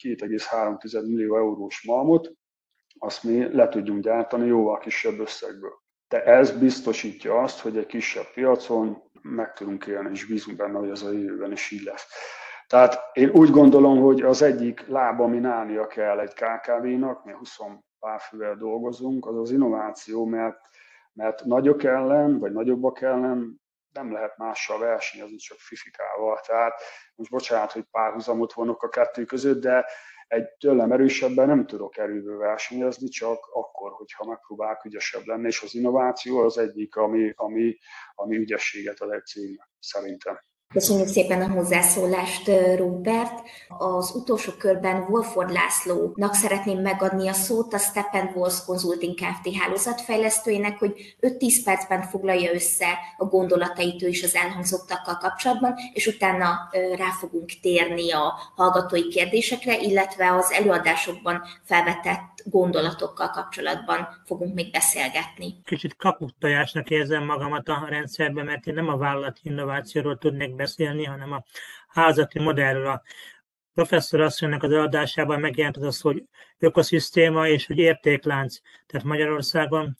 2,3 millió eurós malmot, azt mi le tudjunk gyártani jóval kisebb összegből. De ez biztosítja azt, hogy egy kisebb piacon meg tudunk élni, és bízunk benne, hogy ez a jövőben is így lesz. Tehát én úgy gondolom, hogy az egyik láb, amin állnia kell egy KKV-nak, mi 20 pár fővel dolgozunk, az az innováció, mert nagyok ellen, vagy nagyobbak ellen nem lehet mással versenyezni, csak fifikával. Tehát most bocsánat, hogy párhuzamot vonok a kettő között, de egy tőlem erősebben nem tudok erőből versenyezni, csak akkor, hogyha megpróbálok ügyesebb lenni, és az innováció az egyik, ami ügyességet ad egy cégnek, szerintem. Köszönjük szépen a hozzászólást, Róbert. Az utolsó körben Wolford Lászlónak szeretném megadni a szót, a Steppenwolf Consulting Kft. Hálózatfejlesztőjének, hogy 5-10 percben foglalja össze a gondolatait ő is az elhangzottakkal kapcsolatban, és utána rá fogunk térni a hallgatói kérdésekre, illetve az előadásokban felvetett gondolatokkal kapcsolatban fogunk még beszélgetni. Kicsit kaputtajásnak érzem magamat a rendszerben, mert én nem a vállalati innovációról tudnék beszélni, hanem a házati modellről. A professzor asszonynak az előadásában megjelent az a szó, hogy ökoszisztéma és hogy értéklánc. Tehát Magyarországon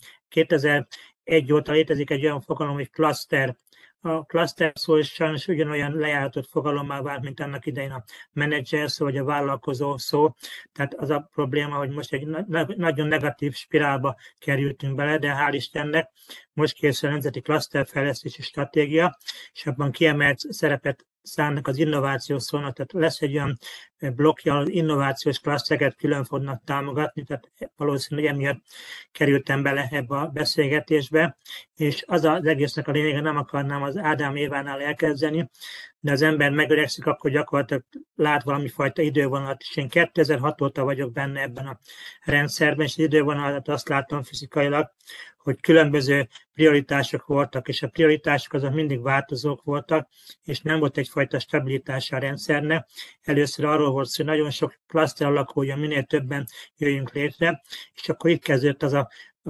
2001 óta létezik egy olyan fogalom, hogy cluster. A cluster szó is sajnos ugyanolyan lejáratott fogalommá vált, mint annak idején a menedzser szó, vagy a vállalkozó szó. Tehát az a probléma, hogy most egy nagyon negatív spirálba kerültünk bele, de hál' Istennek most készül a Nemzeti Klaszterfejlesztési Stratégia, és abban kiemelt szerepet szánnak az innováció szónak, tehát lesz egy olyan blokkja, az innovációs klasztereket külön fognak támogatni, tehát valószínűleg emiatt kerültem bele ebbe a beszélgetésbe, és az az egésznek a lényege, nem akarnám az Ádám Évánál elkezdeni, de az ember megöregszik, akkor gyakorlatilag lát valami fajta idővonalat, és én 2006 óta vagyok benne ebben a rendszerben, és az idővonalat azt látom fizikailag, hogy különböző prioritások voltak, és a prioritások azok mindig változók voltak, és nem volt egyfajta stabilitása a rendszernek. Először arról volt szó, hogy nagyon sok klaszter alakuljon, minél többen jöjjünk létre, és akkor itt kezdődött az a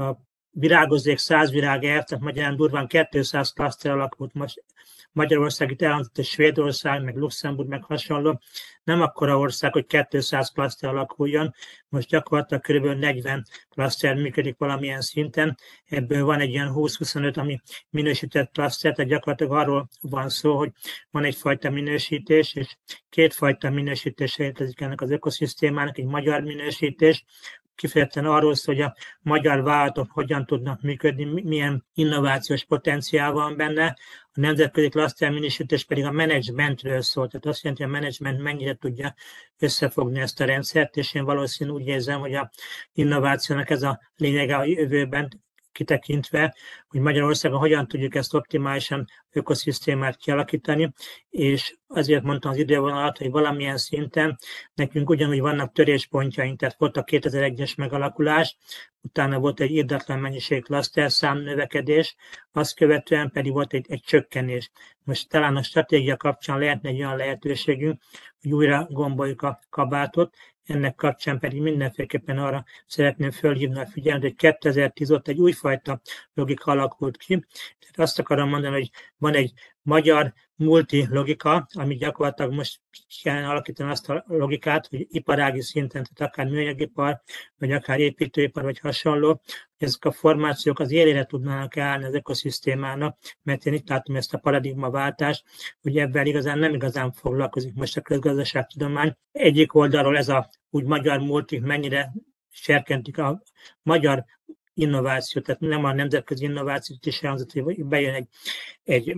virágozzék 100 virág elv, tehát magyarán durván 200 klaszter alakult most. Magyarország itt elhangzott, hogy Svédország, meg Luxemburg, meg hasonló. Nem akkora ország, hogy 200 klaszter alakuljon. Most gyakorlatilag kb. 40 klaszter működik valamilyen szinten. Ebből van egy ilyen 20-25, ami minősített klaszter, tehát gyakorlatilag arról van szó, hogy van egyfajta minősítés, és kétfajta minősítés létezik ennek az ökoszisztémának, egy magyar minősítés, kifejezetten arról szól, hogy a magyar vállalatok hogyan tudnak működni, milyen innovációs potenciál van benne. A nemzetközi klaszterminősítés pedig a menedzsmentről szól, tehát azt jelenti, hogy a menedzsment mennyire tudja összefogni ezt a rendszert, és én valószínűleg úgy érzem, hogy a innovációnak ez a lényege a jövőben kitekintve, hogy Magyarországon hogyan tudjuk ezt optimálisan ökoszisztémát kialakítani, és azért mondtam az idővonalat, hogy valamilyen szinten nekünk ugyanúgy vannak töréspontjaink, tehát volt a 2001-es megalakulás, utána volt egy irdatlan mennyiség klaszterszám növekedés, azt követően pedig volt egy csökkenés. Most talán a stratégia kapcsán lehetne egy olyan lehetőségünk, hogy újra gomboljuk a kabátot, ennek kapcsán pedig mindenféleképpen arra szeretném fölhívni a figyelmet, hogy 2010 óta egy újfajta logika alakult ki. Tehát azt akarom mondani, hogy van egy magyar multi logika, ami gyakorlatilag most kellene alakítani azt a logikát, hogy iparági szinten, tehát akár műanyagipar, vagy akár építőipar, vagy hasonló, ezek a formációk az élére tudnának állni az ökoszisztémának, mert én itt látom ezt a paradigmaváltást, hogy ebben nem igazán foglalkozik most a közgazdaságtudomány. Egyik oldalról ez a úgy magyar multik mennyire serkentik a magyar innovációt, tehát nem a nemzetközi innovációt is elhangzott, hogy bejön egy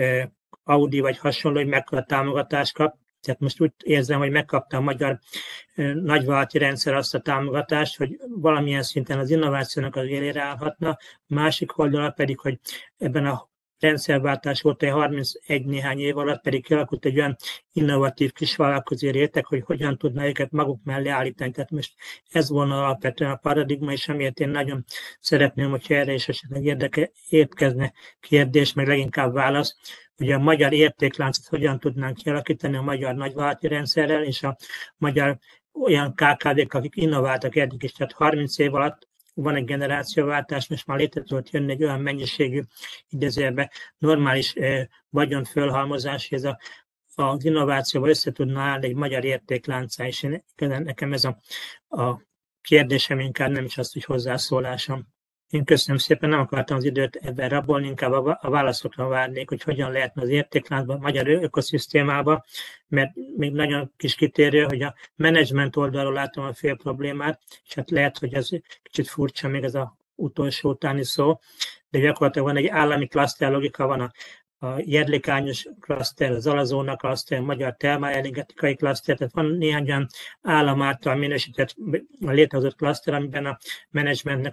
Audi vagy hasonló, hogy mekkora támogatást kap. Tehát most úgy érzem, hogy megkapta a magyar nagyvállalati rendszer azt a támogatást, hogy valamilyen szinten az innovációnak az élére állhatna, másik oldalon pedig, hogy ebben a rendszerváltás óta 31 néhány év alatt pedig kialakult egy olyan innovatív kisvállalkozói réteg, hogy hogyan tudná őket maguk mellé állítani. Tehát most ez volna alapvetően a paradigma, és amiért én nagyon szeretném, hogyha erre is esetleg érkezne kérdés, meg leginkább válasz, hogy a magyar értékláncot hogyan tudnánk kialakítani a magyar nagyvállalati rendszerrel, és a magyar olyan KKV-k, akik innováltak eddig is, tehát 30 év alatt van egy generációváltás, most már létre tudott jönni egy olyan mennyiségű, idézőjelben normális vagyonfölhalmozás, hogy ez az innovációval össze tudna állni egy magyar értékláncá, és nekem ez a kérdésem, inkább nem is azt, hogy hozzászólásom. Én köszönöm szépen, nem akartam az időt ebben rabolni, inkább a válaszokra várnék, hogy hogyan lehetne az értékláncban, a magyar ökoszisztémában, mert még nagyon kis kitérő, hogy a menedzsment oldalról látom a fő problémát, és hát lehet, hogy ez kicsit furcsa még ez az utolsó utáni szó, de gyakorlatilag van egy állami klaszter logika, van a jedlikányos klaszter, az alazóna klaszter, a magyar termálenergetikai klaszter, tehát van néhány olyan állam által minősített, létrehozott klaszter, amiben a menedzsmentnek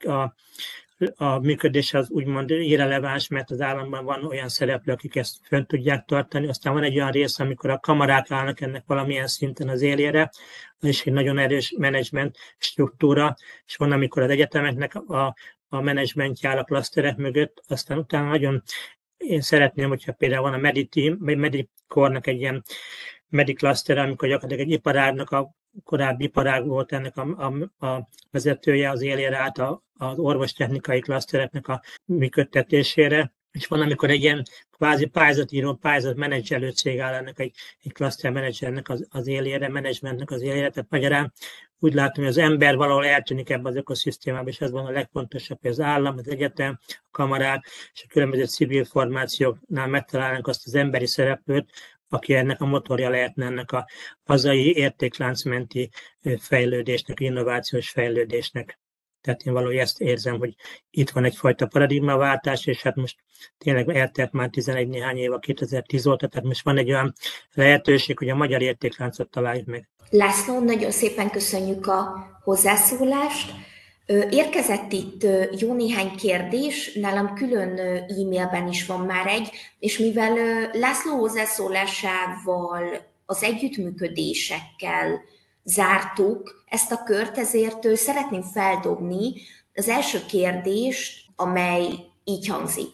a működése az úgymond irreleváns, mert az államban van olyan szereplő, akik ezt fönn tudják tartani. Aztán van egy olyan rész, amikor a kamarák állnak ennek valamilyen szinten az élére, és egy nagyon erős menedzsment struktúra, és van, amikor az egyetemeknek a menedzsmentje áll a klaszterek mögött, aztán utána nagyon én szeretném, hogyha például van a Mediteam, vagy Medicornak egy ilyen mediklaszter, amikor gyakorlatilag egy iparágnak a korábbi iparág volt ennek a vezetője, az élére állt az orvostechnikai klasztereknek a működtetésére, és van, amikor egy ilyen kvázi pályázatíró, pályázatmenedzselő cég áll ennek egy klaszter menedzsernek az élére, menedzsmentnek az élére, tehát magyarán úgy látom, hogy az ember valahol eltűnik ebbe az ökoszisztémába, és ez van a legfontosabb, hogy az állam, az egyetem, a kamarák és a különböző civil formációknál megtalálnak azt az emberi szereplőt, aki ennek a motorja lehetne ennek a hazai értékláncmenti fejlődésnek, innovációs fejlődésnek. Tehát én valahogy ezt érzem, hogy itt van egyfajta paradigmaváltás, és hát most tényleg eltelt már 11 néhány év a 2010 óta, tehát most van egy olyan lehetőség, hogy a magyar értékláncot találjuk meg. László, nagyon szépen köszönjük a hozzászólást. Érkezett itt jó néhány kérdés, nálam külön e-mailben is van már egy, és mivel László hozzászólásával az együttműködésekkel zártuk ezt a kört, ezért szeretném feldobni az első kérdést, amely így hangzik.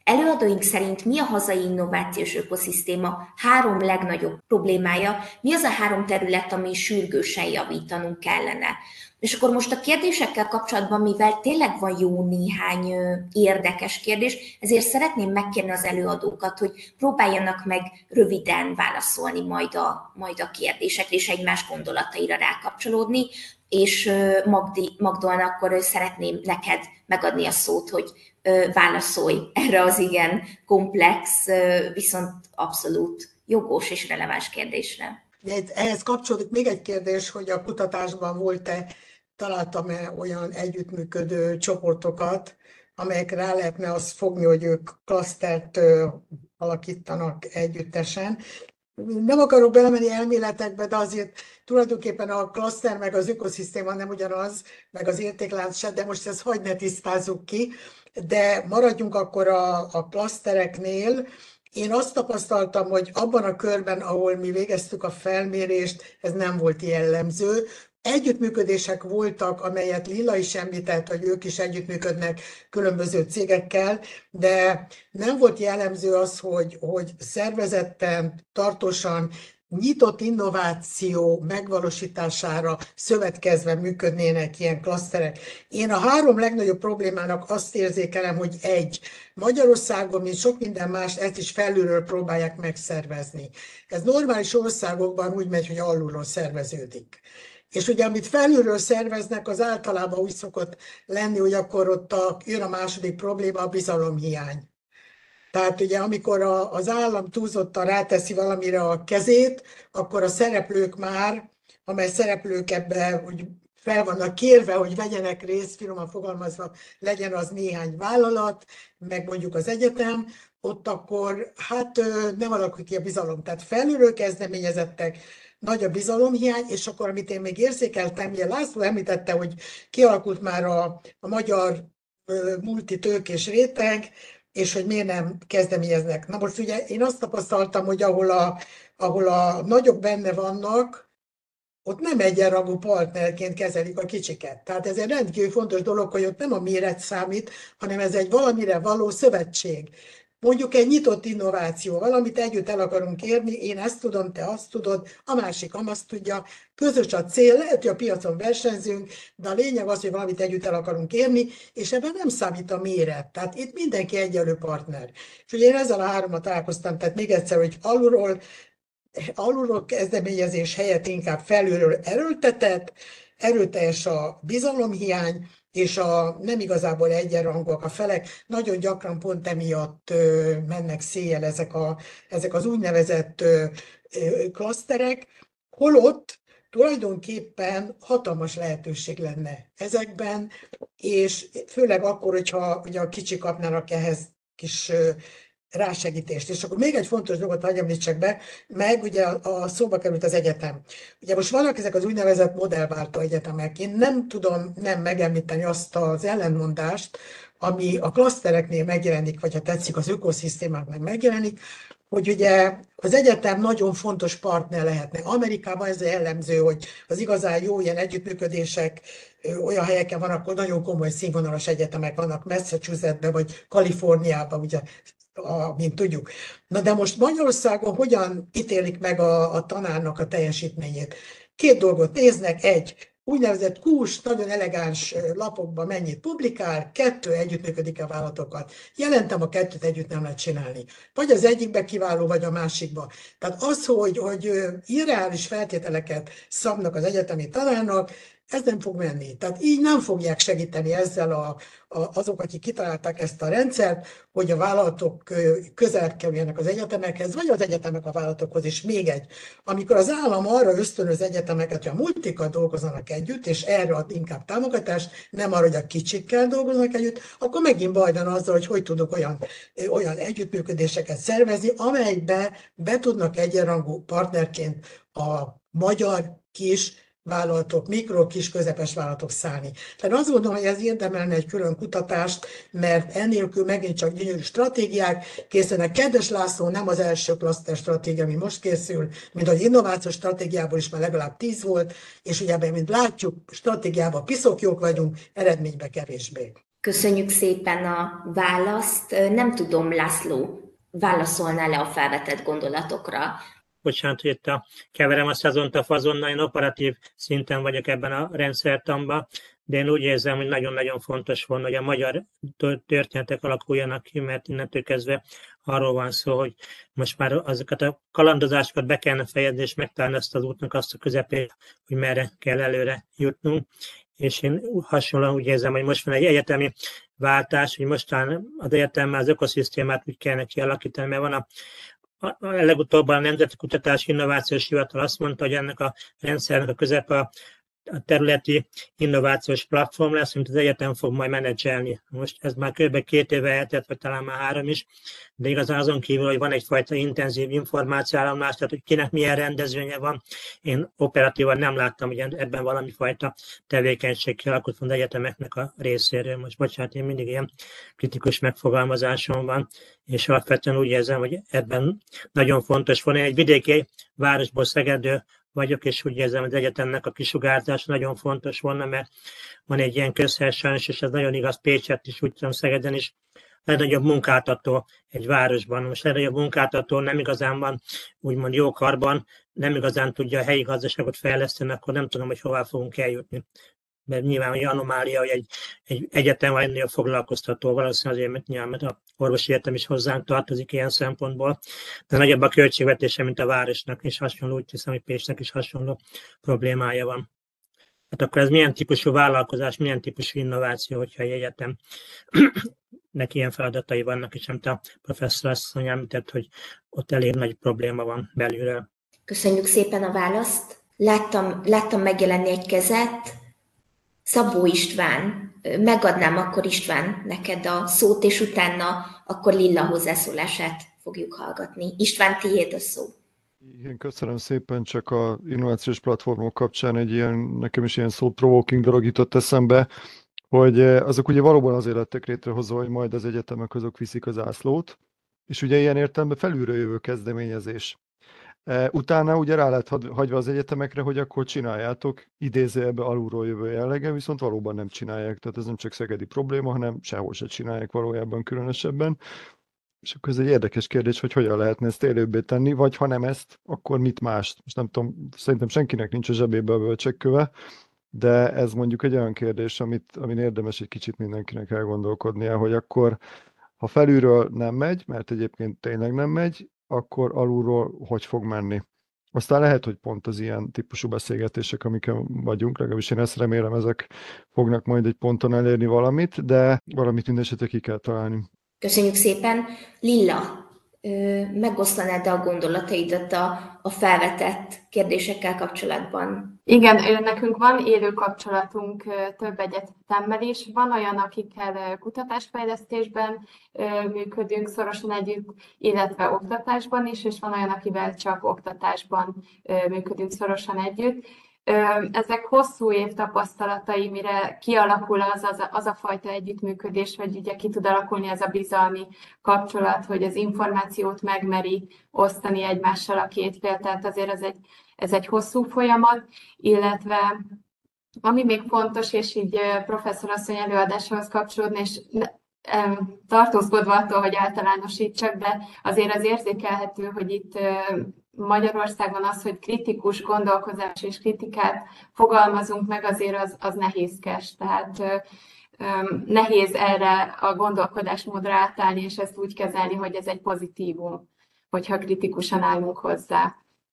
előadóink szerint mi a hazai innovációs ökoszisztéma 3 legnagyobb problémája, mi az a 3 terület, ami sürgősen javítanunk kellene. És akkor most a kérdésekkel kapcsolatban, mivel tényleg van jó néhány érdekes kérdés, ezért szeretném megkérni az előadókat, hogy próbáljanak meg röviden válaszolni majd a kérdésekre, és egymás gondolataira rákapcsolódni, és Magdolna, akkor szeretném neked megadni a szót, hogy válaszolj erre az igen komplex, viszont abszolút jogos és releváns kérdésre. Ehhez kapcsolódik még egy kérdés, hogy a kutatásban találtam-e olyan együttműködő csoportokat, amelyekre rá lehetne azt fogni, hogy ők klasztert alakítanak együttesen. Nem akarok belemenni elméletekbe, de azért tulajdonképpen a klaszter meg az ökoszisztéma nem ugyanaz, meg az értéklánc se, de most ezt hagyd ne tisztázzuk ki, de maradjunk akkor a klasztereknél. Én azt tapasztaltam, hogy abban a körben, ahol mi végeztük a felmérést, ez nem volt jellemző. Együttműködések voltak, amelyet Lilla is említett, hogy ők is együttműködnek különböző cégekkel, de nem volt jellemző az, hogy szervezetten, tartósan nyitott innováció megvalósítására szövetkezve működnének ilyen klaszterek. Én a 3 legnagyobb problémának azt érzékelem, hogy Magyarországon, mint sok minden más, ezt is felülről próbálják megszervezni. Ez normális országokban úgy megy, hogy alulról szerveződik. És ugye, amit felülről szerveznek, az általában úgy szokott lenni, hogy akkor ott jön a második probléma, a bizalomhiány. Tehát ugye, amikor az állam túlzottan ráteszi valamire a kezét, akkor a szereplők már, amely szereplők ebbe úgy fel vannak kérve, hogy vegyenek részt, finoman fogalmazva, legyen az néhány vállalat, meg mondjuk az egyetem, ott akkor nem alakul ki a bizalom. Tehát felülről kezdeményezettek, nagy a bizalomhiány, és akkor, amit én még érzékeltem, ugye László említette, hogy kialakult már a magyar multitőkés réteg, és hogy miért nem kezdeményeznek. Na most ugye én azt tapasztaltam, hogy ahol a nagyok benne vannak, ott nem egyenrangú partnerként kezelik a kicsiket. Tehát ez egy rendkívül fontos dolog, hogy ott nem a méret számít, hanem ez egy valamire való szövetség. Mondjuk egy nyitott innováció, valamit együtt el akarunk érni, én ezt tudom, te azt tudod, a másik azt tudja, közös a cél, lehet, hogy a piacon versenyzünk, de a lényeg az, hogy valamit együtt el akarunk érni, és ebben nem számít a méret. Tehát itt mindenki egyenlő partner. És ugye én ezzel a 3-at találkoztam, tehát még egyszer, hogy alulról kezdeményezés helyett inkább felülről erőltetett, erőteljes a bizalomhiány, és nem igazából egyenrangúak a felek, nagyon gyakran pont emiatt mennek széjjel ezek az úgynevezett klaszterek, holott tulajdonképpen hatalmas lehetőség lenne ezekben, és főleg akkor, hogyha ugye a kicsik kapnának ehhez kis rásegítést. És akkor még egy fontos dolgot hagyj említsek be, meg ugye a szóba került az egyetem. Ugye most vannak ezek az úgynevezett modellváltó egyetemek. Én nem tudom nem megemlíteni azt az ellentmondást, ami a klasztereknél megjelenik, vagy ha tetszik, az ökoszisztémáknak megjelenik, hogy ugye az egyetem nagyon fontos partner lehetne. Amerikában ez jellemző, hogy az igazán jó ilyen együttműködések olyan helyeken vannak, ahol nagyon komoly színvonalas egyetemek vannak, Massachusettsben vagy Kaliforniában, ugye, mint tudjuk. Na de most Magyarországon hogyan ítélik meg a tanárnak a teljesítményét? 2 dolgot néznek, 1, úgynevezett kús, nagyon elegáns lapokban mennyit publikál, 2, együttműködik a vállalatokkal. Jelentem, a 2-t együtt nem lehet csinálni. Vagy az egyikbe kiváló, vagy a másikba. Tehát az, hogy irreális feltételeket szabnak az egyetemi tanárnak, ez nem fog menni. Tehát így nem fogják segíteni ezzel azok, akik kitalálták ezt a rendszert, hogy a vállalatok közel kerüljenek az egyetemekhez, vagy az egyetemek a vállalatokhoz is. Még egy, amikor az állam arra ösztönöz egyetemeket, hogy a multikkal dolgozzanak együtt, és erre ad inkább támogatást, nem arra, hogy a kicsikkel dolgoznak együtt, akkor megint baj van azzal, hogy tudok olyan együttműködéseket szervezni, amelybe be tudnak egyenrangú partnerként a magyar kis vállalatok, mikro, kis, közepes vállalatok szállni. Tehát azt gondolom, hogy ez érdemelne egy külön kutatást, mert ennélkül megint csak gyönyörű stratégiák készülnek. Kedves László, nem az első klaszter stratégia, ami most készül, mint ahogy innovációs stratégiából is már legalább 10 volt, és ugye, mint látjuk, stratégiában piszok jók vagyunk, eredményben kevésbé. Köszönjük szépen a választ. Nem tudom, László, válaszolnál le a felvetett gondolatokra? Bocsánat, hogy itt keverem a szezont a fazonnal, én operatív szinten vagyok ebben a rendszertanban, de én úgy érzem, hogy nagyon-nagyon fontos volna, hogy a magyar történetek alakuljanak ki, mert innentől kezdve arról van szó, hogy most már azokat a kalandozásokat be kellene fejezni, és megtalálni azt az útnak azt a közepét, hogy merre kell előre jutnunk. És én hasonlóan úgy érzem, hogy most van egy egyetemi váltás, hogy mostán az egyetemmel az ökoszisztémát úgy kellene kialakítani, mert van legutóbb a Nemzeti Kutatási Innovációs Hivatal azt mondta, hogy ennek a rendszernek a közepe a területi innovációs platform lesz, amit az egyetem fog majd menedzselni. Most ez már kb. 2 éve eltelt, vagy talán már 3 is, de igazán azon kívül, hogy van egyfajta intenzív információáramlás, tehát hogy kinek milyen rendezvénye van, én operatívan nem láttam, hogy ebben valami fajta tevékenység kialakult az egyetemeknek a részéről. Most bocsánat, én mindig ilyen kritikus megfogalmazásom van, és alapvetően úgy érzem, hogy ebben nagyon fontos van. Én egy vidéki városból, Szegedről vagyok, és úgy érzem, hogy az egyetemnek a kisugárzás nagyon fontos volna, mert van egy ilyen közhely sajnos, és ez nagyon igaz Pécsett is, úgy tudom Szegeden is, legnagyobb munkáltató egy városban. Most legnagyobb munkáltató nem igazán van, úgymond jó karban, nem igazán tudja a helyi gazdaságot fejleszteni, akkor nem tudom, hogy hová fogunk eljutni. Mert nyilván hogy anomália, hogy egy egyetem vagy ennél foglalkoztató, valószínűleg azért, mert a orvosi egyetem is hozzánk tartozik ilyen szempontból, de nagyobb a költségvetése, mint a városnak, és hasonló, úgy hiszem, hogy Pécsnek is hasonló problémája van. Hát akkor ez milyen típusú vállalkozás, milyen típusú innováció, hogyha egy egyetem neki ilyen feladatai vannak, és amit a professzor asszony említett, hogy ott elég nagy probléma van belülről. Köszönjük szépen a választ. Láttam megjelenni egy kezet. Szabó István, megadnám akkor István neked a szót, és utána akkor Lilla hozzászólását fogjuk hallgatni. István, tiéd a szó. Igen, köszönöm szépen, csak a innovációs platformok kapcsán nekem is ilyen thought-provoking dolog jutott eszembe, hogy azok ugye valóban azért lettek létrehozva, hogy majd az egyetemek azok viszik az zászlót, és ugye ilyen értelemben felülről jövő kezdeményezés. Utána ugye rá lett hagyva az egyetemekre, hogy akkor csináljátok, idézőjelben alulról jövő jellege, viszont valóban nem csinálják, tehát ez nem csak szegedi probléma, hanem sehol se csinálják valójában különösebben. És akkor ez egy érdekes kérdés, hogy hogyan lehetne ezt élőbbé tenni, vagy ha nem ezt, akkor mit mást? Most nem tudom, szerintem senkinek nincs a zsebébe a bölcsekköve, de ez mondjuk egy olyan kérdés, amin érdemes egy kicsit mindenkinek elgondolkodnia, hogy akkor, ha felülről nem megy, mert egyébként tényleg nem megy, akkor alulról hogy fog menni. Aztán lehet, hogy pont az ilyen típusú beszélgetések, amiken vagyunk, legalábbis én ezt remélem, ezek fognak majd egy ponton elérni valamit, de valamit mindenesetre ki kell találni. Köszönjük szépen. Lilla, megosztanád a gondolataidat a felvetett kérdésekkel kapcsolatban? Igen, nekünk van élő kapcsolatunk több egyetemmel is. Van olyan, akikkel kutatásfejlesztésben működünk szorosan együtt, illetve oktatásban is, és van olyan, akivel csak oktatásban működünk szorosan együtt. Ezek hosszú év tapasztalatai, mire kialakul az a fajta együttműködés, vagy ugye ki tud alakulni ez a bizalmi kapcsolat, hogy az információt megmeri osztani egymással a két fél, tehát azért ez egy hosszú folyamat, illetve ami még fontos, és így professzor asszony előadásához kapcsolódni, és tartózkodva attól, hogy általánosítsak, de azért az érzékelhető, hogy itt Magyarországon az, hogy kritikus gondolkozás és kritikát fogalmazunk meg, azért az nehézkes. Tehát nehéz erre a gondolkodásmódra átállni, és ezt úgy kezelni, hogy ez egy pozitívum, hogyha kritikusan állunk hozzá.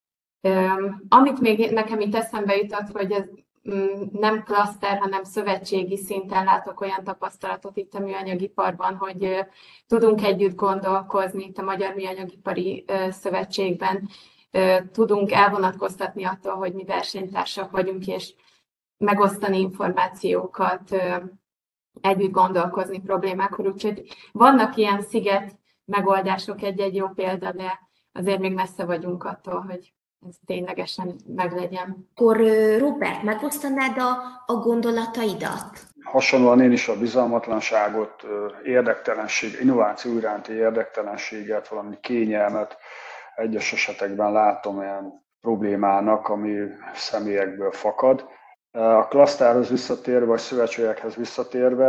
Amit még nekem itt eszembe jutott, hogy ez nem klaszter, hanem szövetségi szinten látok olyan tapasztalatot itt a műanyagiparban, hogy tudunk együtt gondolkozni itt a Magyar Műanyagipari Szövetségben, tudunk elvonatkoztatni attól, hogy mi versenytársak vagyunk, és megosztani információkat, együtt gondolkozni problémákról. Úgyhogy vannak ilyen sziget megoldások, egy-egy jó példa, de azért még messze vagyunk attól, hogy ez ténylegesen meglegyen. Akkor Róbert, megosztanád a gondolataidat? Hasonlóan én is a bizalmatlanságot, innováció iránti érdektelenséget, valami kényelmet egyes esetekben látom olyan problémának, ami személyekből fakad. A klasztárhoz visszatérve, vagy szövetségekhez visszatérve,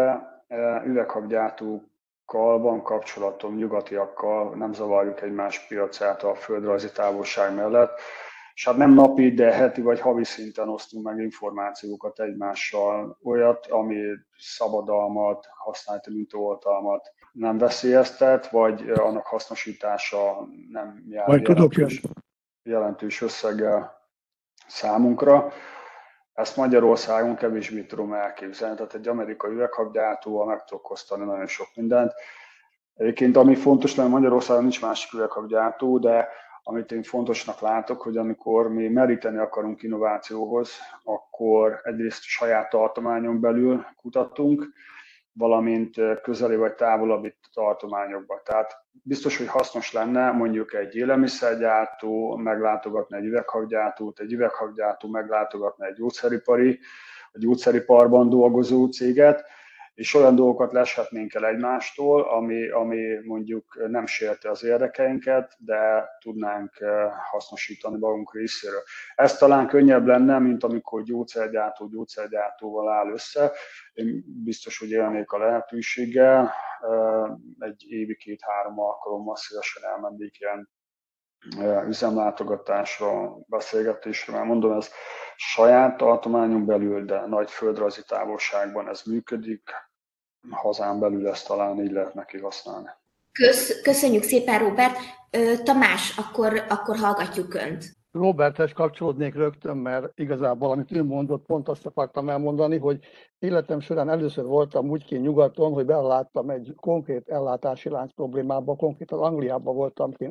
üveghaggyártókkal van kapcsolatom, nyugatiakkal, nem zavarjuk egymás piacát a földrajzi távolság mellett. És hát nem napi, de heti vagy havi szinten osztunk meg információkat egymással, olyat, ami szabadalmat, használati mintaoltalmat nem veszélyeztet, vagy annak hasznosítása nem jár jelentős összeggel számunkra. Ezt Magyarországon kevésbé tudom elképzelni, tehát egy amerikai üveghaggyártóval meg tudok osztani nagyon sok mindent. Egyébként ami fontos lenne, Magyarországon nincs másik üveghaggyártó, de amit én fontosnak látok, hogy amikor mi meríteni akarunk innovációhoz, akkor egyrészt saját tartományon belül kutatunk, valamint közeli vagy távolabbi tartományokban. Tehát biztos, hogy hasznos lenne mondjuk egy élelmiszergyártó meglátogatni egy üveghaggyártót, egy üveghaggyártó meglátogatni egy gyógyszeriparban dolgozó céget, és olyan dolgokat leshetnénk el egymástól, ami mondjuk nem sérti az érdekeinket, de tudnánk hasznosítani magunk részéről. Ez talán könnyebb lenne, mint amikor gyógyszergyártóval áll össze. Én biztos, hogy élnék a lehetőséggel. Egy évi 2-3 alkalommal szívesen elmennék ilyen üzemlátogatásra, beszélgetésre, mert mondom, ez saját tartományon belül, de nagy földrajzi távolságban ez működik, hazán belül ezt talán így lehet neki használni. Köszönjük szépen, Róbert. Tamás, akkor hallgatjuk Önt. Róberthez kapcsolódnék rögtön, mert igazából, amit ő mondott, pont azt akartam elmondani, hogy életem során először voltam úgy kint nyugaton, hogy beláttam egy konkrét ellátási lánc problémába, konkrétan Angliában voltam én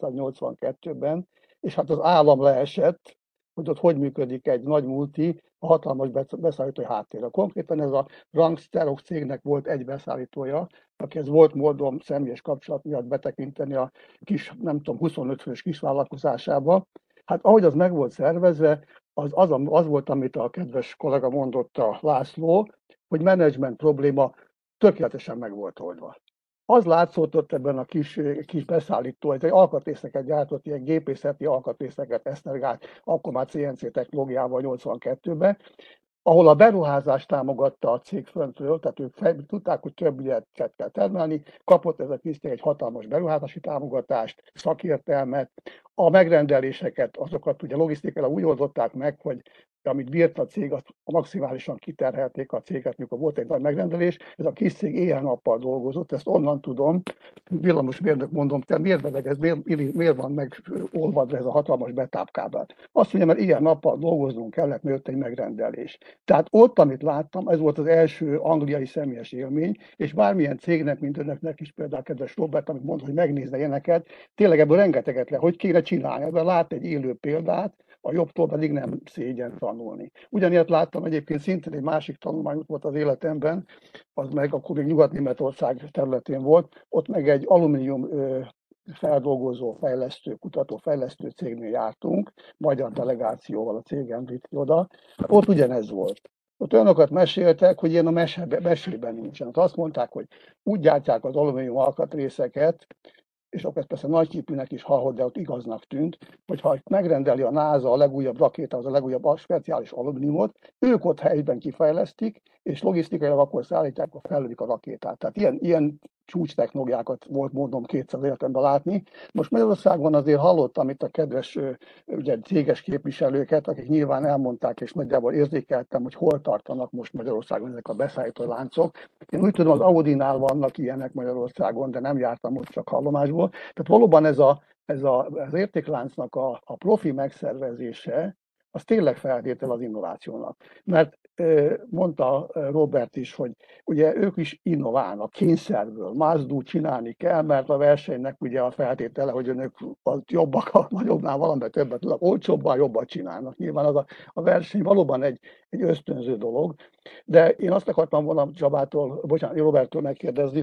1982-ben, és hát az állam leesett, hogy ott hogy működik egy nagy multi, a hatalmas beszállítói háttérre. Konkrétan ez a Rank Xerox cégnek volt egy beszállítója, akihez volt módom személyes kapcsolat miatt betekinteni a kis, nem tudom, 25 fős kisvállalkozásába. Hát ahogy az meg volt szervezve, az volt, amit a kedves kollega mondott, a László, hogy menedzsment probléma tökéletesen meg volt oldva. Az látszott ott ebben a kis beszállító, egy alkatrészeket gyártott, ilyen gépészeti alkatrészeket esztergált, akkor már CNC technológiával 82-ben, ahol a beruházást támogatta a cég föntről, tehát ők tudták, hogy több ügyet kell termelni, kapott ez a kis cég egy hatalmas beruházási támogatást, szakértelmet, a megrendeléseket, azokat ugye logisztikailag úgy oldották meg, hogy amit bírt a cég, azt maximálisan kiterhelték a céget, mikor volt egy nagy megrendelés. Ez a kis cég éjjel-nappal dolgozott, ezt onnan tudom, villamosmérnök mondom, te miért van megolvadva ez a hatalmas betápkábel? Azt mondja, mert éjjel-nappal dolgoznunk kellett, mert egy megrendelés. Tehát ott, amit láttam, ez volt az első angliai személyes élmény, és bármilyen cégnek, mint önöknek is, például kedves Robert, amit mond, hogy megnézne ilyeneket, tényleg ebből rengeteget le, hogy kéne csinálni, ebben lát egy élő példát, a jobbtól pedig nem szégyen tanulni. Ugyanilyet láttam egyébként szintén egy másik tanulmány volt az életemben, az meg akkor még Nyugat-Németország területén volt, ott meg egy alumínium feldolgozó, kutató-fejlesztő cégnél jártunk, magyar delegációval a cégem vitt oda, ott ugyanez volt. Ott olyanokat meséltek, hogy ilyen a mesében nincsen. Ott azt mondták, hogy úgy gyártják az alumínium alkatrészeket, és akkor ez persze nagyképűnek is hallott, de ott igaznak tűnt, hogy ha megrendeli a NASA a legújabb rakétához a legújabb speciális alumíniumot, ők ott helyben kifejlesztik, és logisztikailag akkor szállítják, akkor fellövik a rakétát. Tehát ilyen csúcs technológiákat volt módom 200 életemben látni. Most Magyarországon azért hallottam itt a kedves ugye, céges képviselőket, akik nyilván elmondták, és nagyjából érzékeltem, hogy hol tartanak most Magyarországon ezek a beszállító láncok. Én úgy tudom, az Audinál vannak ilyenek Magyarországon, de nem jártam most csak hallomásból. Tehát valóban az értékláncnak a profi megszervezése, az tényleg feltétel az innovációnak. Mert mondta Robert is, hogy ugye ők is innoválnak kényszerből, mászdú csinálni kell, mert a versenynek ugye a feltétele, hogy önök jobbak, a nagyobbnál valamivel többet tudnak, olcsóbban jobbat csinálnak. Nyilván az a verseny valóban egy ösztönző dolog, de én azt akartam volna Roberttől megkérdezni,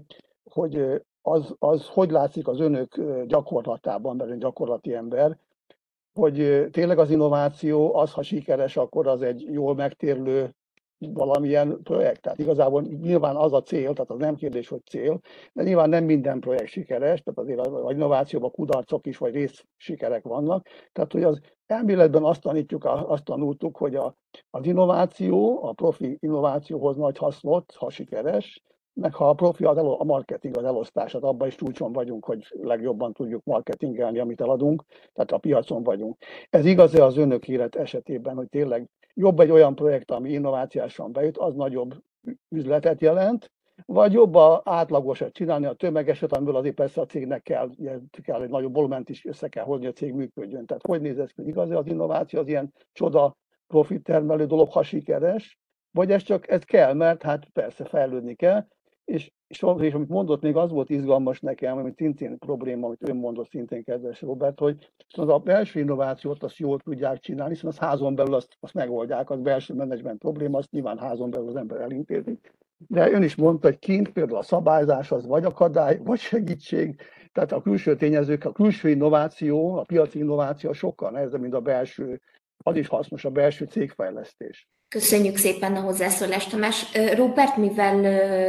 hogy az hogy látszik az önök gyakorlatában, mert ön gyakorlati ember, hogy tényleg az innováció az, ha sikeres, akkor az egy jól megtérülő valamilyen projekt. Tehát igazából nyilván az a cél, tehát az nem kérdés, hogy cél, de nyilván nem minden projekt sikeres, tehát azért az innovációban kudarcok is, vagy részsikerek vannak. Tehát, hogy az Elméletben azt tanultuk, hogy az innováció, a profi innováció hoz nagy hasznot, ha sikeres, meg ha a profi a marketing, az elosztás, hát abban is csúcson vagyunk, hogy legjobban tudjuk marketingelni, amit eladunk, tehát a piacon vagyunk. Ez igaz-e az önök élet esetében, hogy tényleg jobb egy olyan projekt, ami innovációsan bejut, az nagyobb üzletet jelent, vagy jobb átlagosat csinálni, a tömegeset, amiből azért persze a cégnek kell egy nagyobb volument is össze kell hozni, hogy a cég működjön. Tehát hogy néz ez ki? Igaz-e az innováció, az ilyen csoda profit termelő dolog, ha sikeres, vagy ez kell, mert hát persze fejlődni kell, és amit mondott, még az volt izgalmas nekem, amit szintén probléma, amit ön mondott szintén, kedves Robert, hogy az a belső innovációt azt jól tudják csinálni, hiszen az házon belül azt megoldják, az belső menedzsment probléma, azt nyilván házon belül az ember elintézi. De ön is mondta, hogy kint például a szabályzás az vagy akadály, vagy segítség, tehát a külső tényezők, a külső innováció, a piaci innováció sokkal nehezebb, mint a belső, az is hasznos a belső cégfejlesztés. Köszönjük szépen a hozzászólást, Tamás. Robert, mivel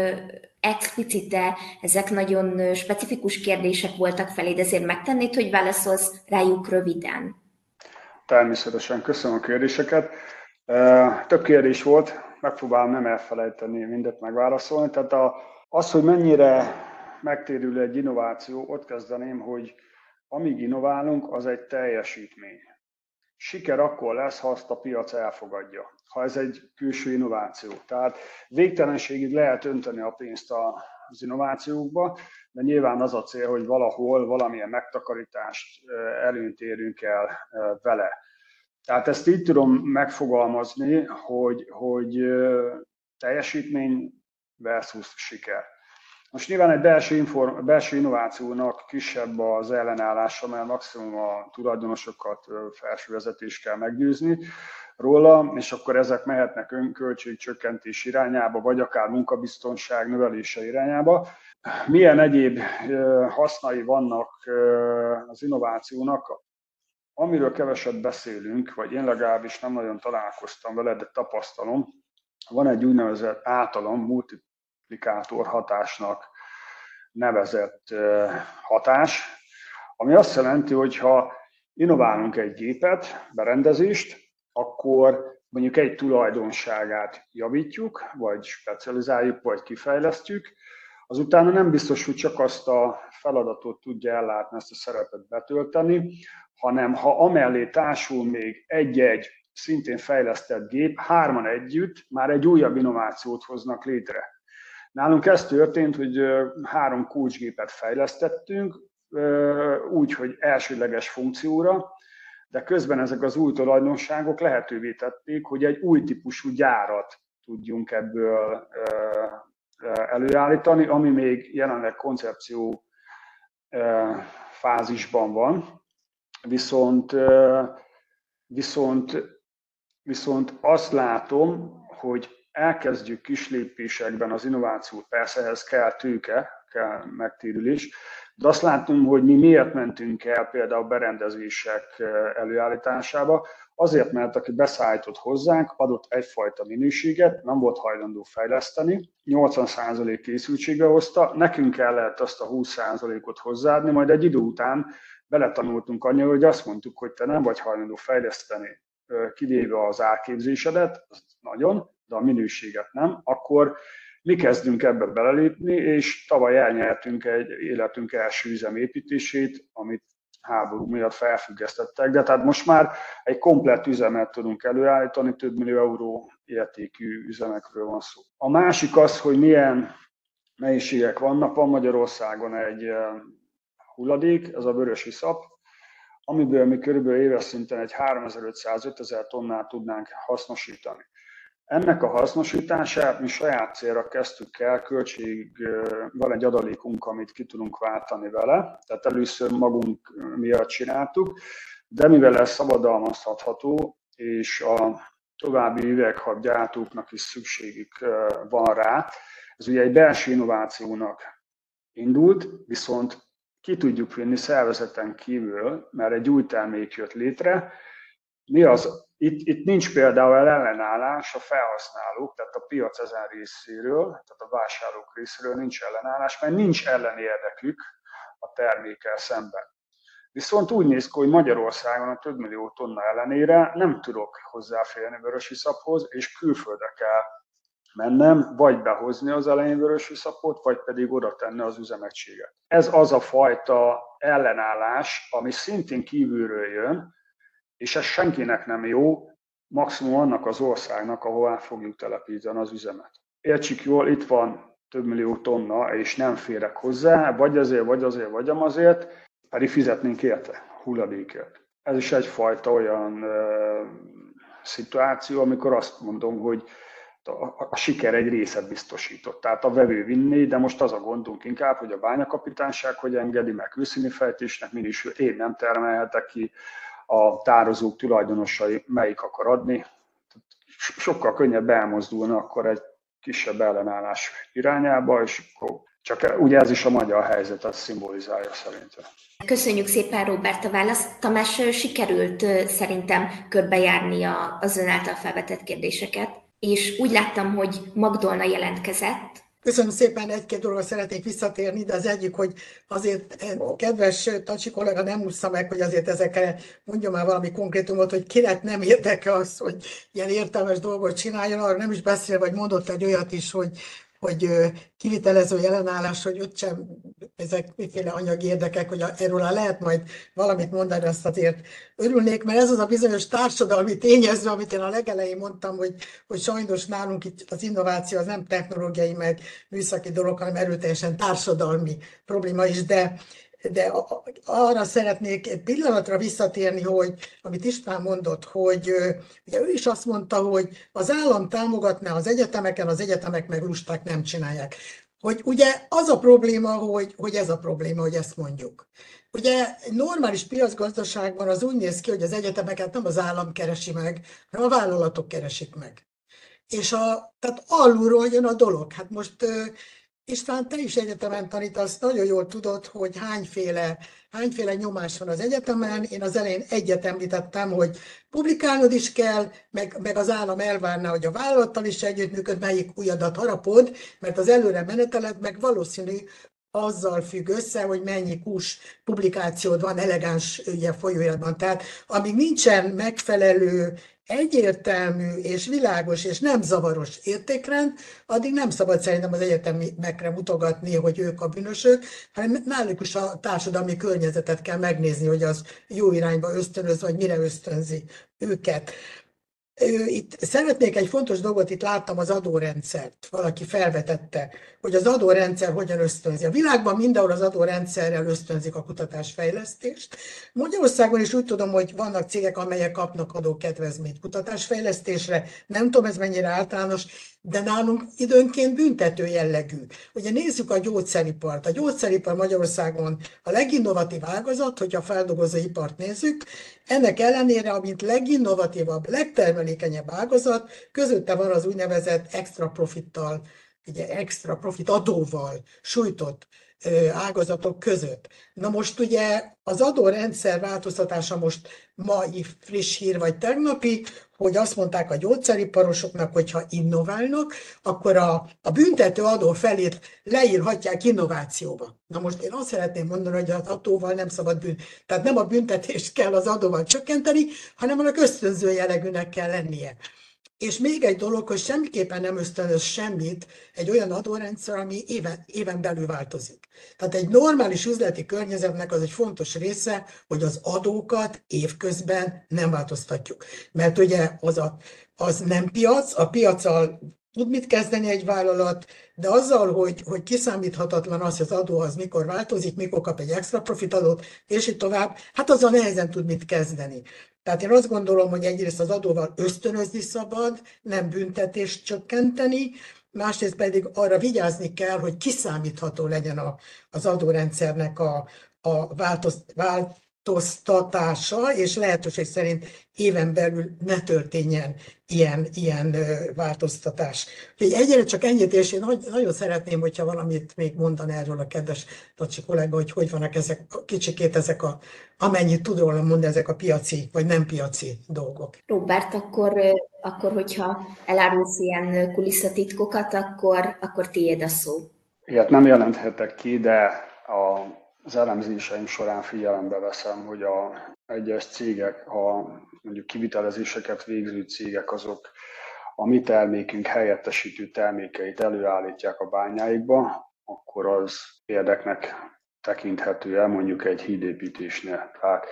explicite ezek nagyon specifikus kérdések voltak feléd, ezért megtennéd, hogy válaszolsz rájuk röviden? Természetesen, köszönöm a kérdéseket. Több kérdés volt, megpróbálom nem elfelejteni mindet megválaszolni. Tehát az, hogy mennyire megtérül egy innováció, ott kezdeném, hogy amíg innoválunk, az egy teljesítmény. Siker akkor lesz, ha azt a piac elfogadja, ha ez egy külső innováció. Tehát végtelenségig lehet önteni a pénzt az innovációkba, de nyilván az a cél, hogy valahol valamilyen megtakarítást, előnyt érünk el vele. Tehát ezt így tudom megfogalmazni, hogy teljesítmény versus siker. Most nyilván egy belső innovációnak kisebb az ellenállása, mert maximum a tulajdonosokat, felsővezetést kell meggyőzni róla, és akkor ezek mehetnek önköltségcsökkentés irányába, vagy akár munkabiztonság növelése irányába. Milyen egyéb hasznai vannak az innovációnak, amiről keveset beszélünk, vagy én legalábbis nem nagyon találkoztam vele, de tapasztalom, van egy úgynevezett általam multiplikátor hatásnak nevezett hatás, ami azt jelenti, hogy ha innoválunk egy gépet, berendezést, akkor mondjuk egy tulajdonságát javítjuk, vagy specializáljuk, vagy kifejlesztjük, azután nem biztos, hogy csak azt a feladatot tudja ellátni, ezt a szerepet betölteni, hanem ha amellé társul még egy-egy szintén fejlesztett gép, hárman együtt már egy újabb innovációt hoznak létre. Nálunk ez történt, hogy 3 kulcsgépet fejlesztettünk, úgy, hogy elsődleges funkcióra, de közben ezek az új tulajdonságok lehetővé tették, hogy egy új típusú gyárat tudjunk ebből előállítani, ami még jelenleg koncepció fázisban van. Viszont azt látom, hogy elkezdjük kis lépésekben az innovációt, persze ehhez kell tőke, kell megtérülés, de azt látom, hogy mi miért mentünk el például berendezések előállításába, azért, mert aki beszállított hozzánk, adott egyfajta minőséget, nem volt hajlandó fejleszteni, 80% készültségbe hozta, nekünk kellett azt a 20%-ot hozzáadni, majd egy idő után beletanultunk annyira, hogy azt mondtuk, hogy te nem vagy hajlandó fejleszteni, kivéve az árképzésedet, az nagyon, de a minőséget nem, akkor mi kezdünk ebbe belelépni, és tavaly elnyertünk egy életünk első üzemépítését, amit háború miatt felfüggesztettek, de tehát most már egy komplett üzemet tudunk előállítani, több millió euró értékű üzemekről van szó. A másik az, hogy milyen nehézségek vannak. Van Magyarországon egy hulladék, ez a vörös iszap, amiből mi körülbelül éves szinten egy 3500-5000 tonnát tudnánk hasznosítani. Ennek a hasznosítását mi saját célra kezdtük el, van egy adalékunk, amit ki tudunk váltani vele, tehát először magunk miatt csináltuk, de mivel ez szabadalmazható, és a további üveghab-gyártóknak is szükségük van rá, ez ugye egy belső innovációnak indult, viszont ki tudjuk vinni szervezeten kívül, mert egy új termék jött létre. Mi az? Itt nincs például ellenállás a felhasználók, tehát a piac ezen részéről, tehát a vásárlók részéről nincs ellenállás, mert nincs ellenérdekük a termékkel szemben. Viszont úgy néz ki, hogy Magyarországon a több millió tonna ellenére nem tudok hozzáférni vörösiszaphoz, és külföldre kell mennem, vagy behozni az elején vörösiszapot, vagy pedig oda tenni az üzemegységet. Ez az a fajta ellenállás, ami szintén kívülről jön, és ez senkinek nem jó, maximum annak az országnak, ahová fogjuk telepíteni az üzemet. Értsük jól, itt van több millió tonna, és nem férek hozzá, vagy azért, vagy pedig fizetnénk érte, hulladékért. Ez is egyfajta olyan szituáció, amikor azt mondom, hogy a siker egy részet biztosított. Tehát a vevő vinné, de most az a gondunk inkább, hogy a bányakapitányság hogy engedi, meg külszíni fejtésnek mindig én nem termelhetek ki, a tározók tulajdonosai melyik akar adni. Sokkal könnyebb elmozdulni akkor egy kisebb ellenállás irányába, és akkor csak ugye ez is a magyar helyzetet szimbolizálja szerintem. Köszönjük szépen, Róbert, a választ. Tamás, sikerült szerintem körbejárni az ön által felvetett kérdéseket, és úgy láttam, hogy Magdolna jelentkezett. Köszönöm szépen, egy-két dologra szeretnék visszatérni, de az egyik, hogy azért kedves Tacsi kollega nem ússza meg, hogy azért ezekre mondja már valami konkrétumot, hogy kinek nem érdeke az, hogy ilyen értelmes dolgot csináljon, arra nem is beszél, vagy mondott egy olyat is, hogy kivitelező jelenállás, hogy ott sem ezek miféle anyagi érdekek, hogy erről lehet majd valamit mondani, azt azért örülnék, mert ez az a bizonyos társadalmi tényező, amit én a legelején mondtam, hogy sajnos nálunk itt az innováció az nem technológiai, meg műszaki dolog, hanem erőteljesen társadalmi probléma is, de arra szeretnék egy pillanatra visszatérni, hogy amit István mondott, hogy ugye ő is azt mondta, hogy az állam támogatná az egyetemeken, az egyetemek meg lusták nem csinálják. Hogy ugye az a probléma, hogy ez a probléma, hogy ezt mondjuk. Ugye egy normális piacgazdaságban az úgy néz ki, hogy az egyetemeket nem az állam keresi meg, hanem a vállalatok keresik meg. És tehát alulról jön a dolog. Hát most István, te is egyetemen tanítasz, nagyon jól tudod, hogy hányféle nyomás van az egyetemen. Én az elején egyet említettem, hogy publikálnod is kell, meg az állam elvárná, hogy a vállalattal is együttműköd, melyik új adat harapod, mert az előre meneteled meg valószínű azzal függ össze, hogy mennyi kús publikációd van elegáns folyóiratban. Tehát amíg nincsen megfelelő, egyértelmű és világos és nem zavaros értékrend, addig nem szabad szerintem az egyetemekre mutogatni, hogy ők a bűnösök, hanem náluk is a társadalmi környezetet kell megnézni, hogy az jó irányba ösztönöz, vagy mire ösztönzi őket. Itt szeretnék egy fontos dolgot, itt láttam az adórendszert, valaki felvetette, hogy az adórendszer hogyan ösztönzi. A világban mindenhol az adórendszerrel ösztönzik a kutatásfejlesztést. Magyarországon is úgy tudom, hogy vannak cégek, amelyek kapnak adókedvezményt kutatásfejlesztésre. Nem tudom, ez mennyire általános, de nálunk időnként büntető jellegű. Ugye nézzük a gyógyszeripart. A gyógyszeripar Magyarországon a leginnovatív ágazat, hogyha a feldolgozóipart nézzük. Ennek ellenére, amint leginnovatívabb, legtermelékenyebb ágazat, közötte van az úgynevezett extra profittal, ugye extra profit adóval sújtott ágazatok között. Na most ugye az adórendszer változtatása most mai friss hír vagy tegnapi, hogy azt mondták a gyógyszeriparosoknak, hogy ha innoválnak, akkor a büntető adó felét leírhatják innovációba. Na most én azt szeretném mondani, hogy az adóval nem szabad tehát nem a büntetést kell az adóval csökkenteni, hanem annak ösztönző jellegűnek kell lennie. És még egy dolog, hogy semmiképpen nem ösztönöz semmit egy olyan adórendszer, ami éven belül változik. Tehát egy normális üzleti környezetnek az egy fontos része, hogy az adókat évközben nem változtatjuk. Mert ugye az nem piac, a piaccal tud mit kezdeni egy vállalat, de azzal, hogy kiszámíthatatlan az, hogy az adó az mikor változik, mikor kap egy extra profit adót, és így tovább, hát azzal nehezen tud mit kezdeni. Tehát én azt gondolom, hogy egyrészt az adóval ösztönözni szabad, nem büntetést csökkenteni, másrészt pedig arra vigyázni kell, hogy kiszámítható legyen az adórendszernek a változtatása, és lehetőség szerint éven belül ne történjen ilyen változtatás. Úgyhogy egyre csak ennyit, és én nagyon szeretném, hogyha valamit még mondani erről a kedves Tacsi kollega, hogy vannak ezek kicsikét amennyit tud róla mondani, ezek a piaci vagy nem piaci dolgok. Róbert, akkor hogyha elárulsz ilyen kulisszatitkokat, akkor tiéd a szó. Ilyet nem jelenthetek ki, de a az elemzéseim során figyelembe veszem, hogy egyes cégek, mondjuk kivitelezéseket végző cégek, azok a mi termékünk helyettesítő termékeit előállítják a bányáikba, akkor az érdeknek tekinthető el mondjuk egy hídépítésnél. Tehát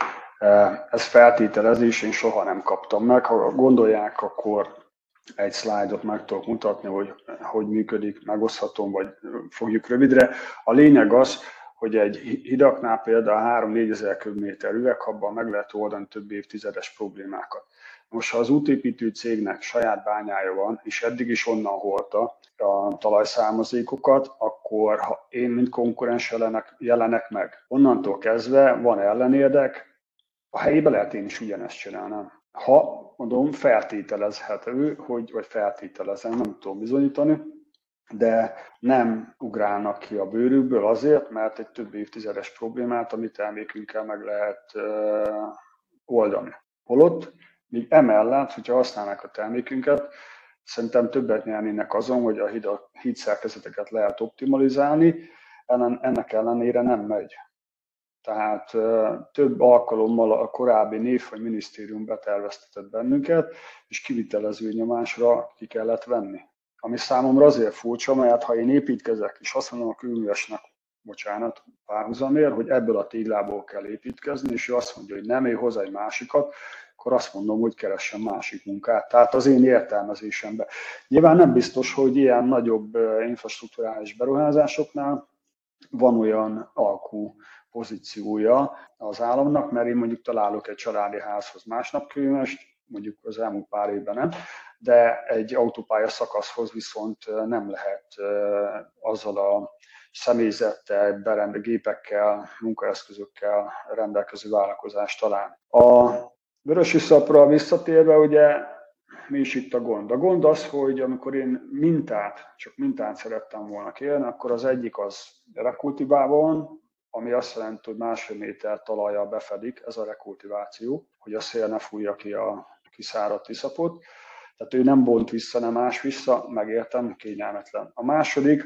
ez feltételezés, én soha nem kaptam meg. Ha gondolják, akkor egy szlájdot meg tudok mutatni, hogy működik, megoszthatom, vagy fogjuk rövidre. A lényeg az, hogy egy hidaknál például 3-4 ezer köbméter üveghabban meg lehet oldani több évtizedes problémákat. Most, ha az útépítő cégnek saját bányája van, és eddig is onnan hordta a talajszármazékokat, akkor ha én, mint konkurens jelenek meg, onnantól kezdve van ellenérdek, a helyébe lehet én is ugyanezt csinálnám. Ha, mondom, feltételezhető, vagy feltételezem, nem tudom bizonyítani, de nem ugrálnak ki a bőrükből azért, mert egy több évtizedes problémát a mi termékünkkel meg lehet oldani. Holott, míg emellett, hogyha használnak a termékünket, szerintem többet nyernének azon, hogy a hídszerkezeteket lehet optimalizálni, ennek ellenére nem megy. Tehát több alkalommal a korábbi név vagy minisztérium beterveztetett bennünket, és kivitelező nyomásra ki kellett venni. Ami számomra azért furcsa, mert ha én építkezek, és azt mondom a kőművesnek, bocsánat, párhuzamért, hogy ebből a téglából kell építkezni, és ő azt mondja, hogy nem, ő hozzá egy másikat, akkor azt mondom, hogy keressen másik munkát. Tehát az én értelmezésemben. Nyilván nem biztos, hogy ilyen nagyobb infrastrukturális beruházásoknál van olyan alkú pozíciója az államnak, mert én mondjuk találok egy családi házhoz másnap kőművest, mondjuk az elmúlt pár évben nem, de egy autópálya szakaszhoz viszont nem lehet azzal a személyzettel, gépekkel, munkaeszközökkel rendelkező vállalkozást találni. A vörösiszapra visszatérve, ugye mi is itt a gond? A gond az, hogy amikor én csak mintát szerettem volna kérni, akkor az egyik az rekultiválva van, ami azt jelenti, hogy 1,5 méter talajjal befedik, ez a rekultiváció, hogy a szél ne fújja ki a kiszáradt iszapot. Tehát ő nem bont vissza, nem ás vissza, megértem, kényelmetlen. A második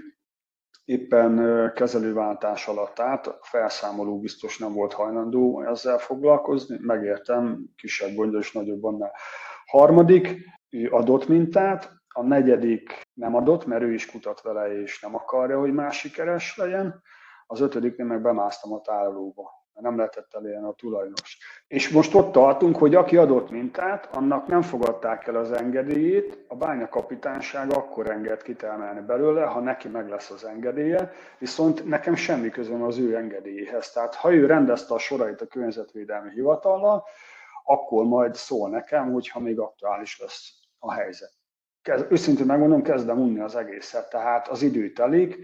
éppen kezelőváltás alatt állt, a felszámoló biztos nem volt hajlandó ezzel foglalkozni, megértem, kisebb gondja és nagyobb annál. Harmadik, ő adott mintát, a negyedik nem adott, mert ő is kutat vele és nem akarja, hogy más sikeres legyen. Az ötödiknél meg bemásztam a tárolóba, mert nem lehetett elérni a tulajdonos. És most ott tartunk, hogy aki adott mintát, annak nem fogadták el az engedélyét, a bányakapitányság akkor enged kitermelni belőle, ha neki meg lesz az engedélye, viszont nekem semmi közöm az ő engedélyéhez. Tehát ha ő rendezte a sorait a Környezetvédelmi Hivatallal, akkor majd szól nekem, hogyha még aktuális lesz a helyzet. Őszintén megmondom, kezdem unni az egészet, tehát az idő telik,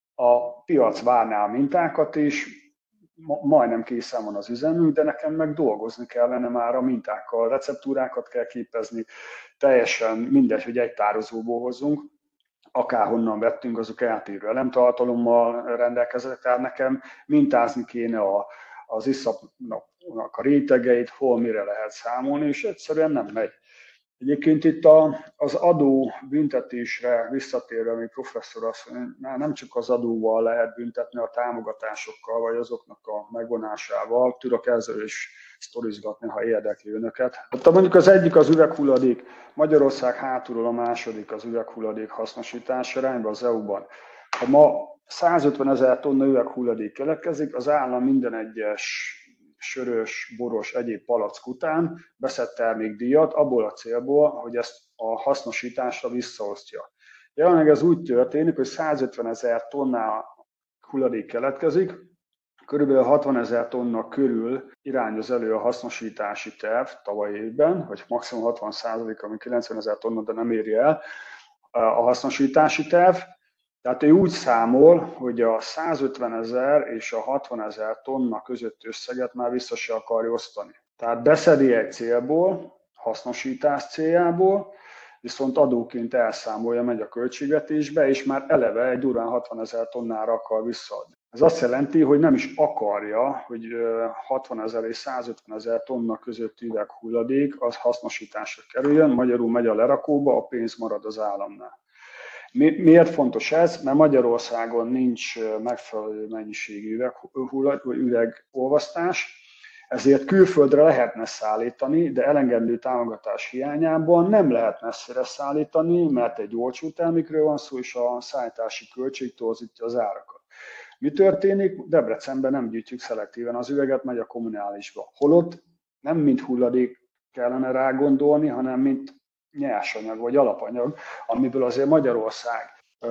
a piac várná a mintákat, és majdnem készen van az üzemünk, de nekem meg dolgozni kellene már a mintákkal, receptúrákat kell képezni, teljesen mindegy, hogy egy tározóból hozzunk, akárhonnan vettünk, azok eltérő elemtartalommal rendelkeznek, tehát nekem mintázni kéne az iszapnak a rétegeit, hol mire lehet számolni, és egyszerűen nem megy. Egyébként itt az adó büntetésre visszatérve, ami professzor azt mondja, nem csak az adóval lehet büntetni, a támogatásokkal, vagy azoknak a megvonásával. Tudok ezzel is sztorizgatni, ha érdekli önöket. Hát mondjuk az egyik az üveghulladék, Magyarország hátulról a második az üveghulladék hasznosítás arányban az EU-ban. Ha ma 150 000 tonna üveghulladék keletkezik, az állam minden egyes sörös, boros, egyéb palack után beszed termékdíjat abból a célból, hogy ezt a hasznosításra visszaosztja. Jelenleg ez úgy történik, hogy 150 000 tonna hulladék keletkezik, körülbelül 60 000 tonna körül irányoz elő a hasznosítási terv tavaly évben, vagy maximum 60%, ami 90 000 tonna, de nem éri el a hasznosítási terv. Tehát ő úgy számol, hogy a 150 000 és a 60 000 tonna közötti összeget már vissza se akarja osztani. Tehát beszedi egy célból, hasznosítás céljából, viszont adóként elszámolja, megy a költségvetésbe, és már eleve egy durván 60 000 tonnára akar visszaadni. Ez azt jelenti, hogy nem is akarja, hogy 60 000 és 150 000 tonna közötti üveghulladék az hasznosításra kerüljön, magyarul megy a lerakóba, a pénz marad az államnál. Miért fontos ez? Mert Magyarországon nincs megfelelő mennyiségű üvegolvasztás, ezért külföldre lehetne szállítani, de elengedő támogatás hiányában nem lehet messzire szállítani, mert egy olcsó termékről van szó, és a szállítási költség torzítja az árakat. Mi történik? Debrecenben nem gyűjtjük szelektíven az üveget, megy a kommunálisba. Holott nem mint hulladék kellene rá gondolni, hanem mint nyersanyag vagy alapanyag, amiből azért Magyarország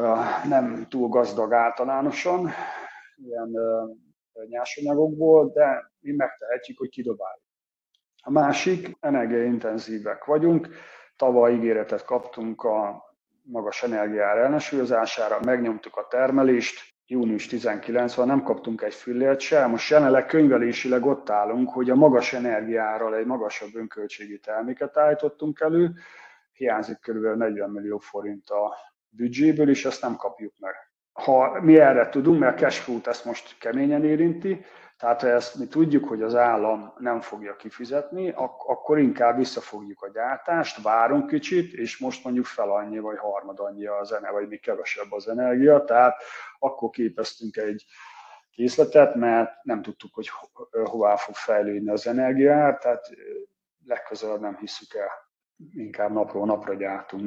nem túl gazdag általánosan ilyen nyersanyagokból, de mi megtehetjük, hogy kidobáljuk. A másik, energiaintenzívek vagyunk. Tavaly ígéretet kaptunk a magas energiaár ellensúlyozására, megnyomtuk a termelést, június 19-ben nem kaptunk egy fillért se. Most jelenleg könyvelésileg ott állunk, hogy a magas energiáról egy magasabb önköltségi terméket állítottunk elő, hiányzik kb. 40 millió forint a büdzséből, és ezt nem kapjuk meg. Ha mi erre tudunk, mert a cashflow-t ezt most keményen érinti, tehát ha ezt mi tudjuk, hogy az állam nem fogja kifizetni, akkor inkább visszafogjuk a gyártást, várunk kicsit, és most mondjuk fel annyi, vagy harmad annyi az energia, vagy még kevesebb az energia, tehát akkor képeztünk egy készletet, mert nem tudtuk, hogy hová fog fejlődni az energiaár, tehát legközelebb nem hisszük el, inkább napról napra gyártunk,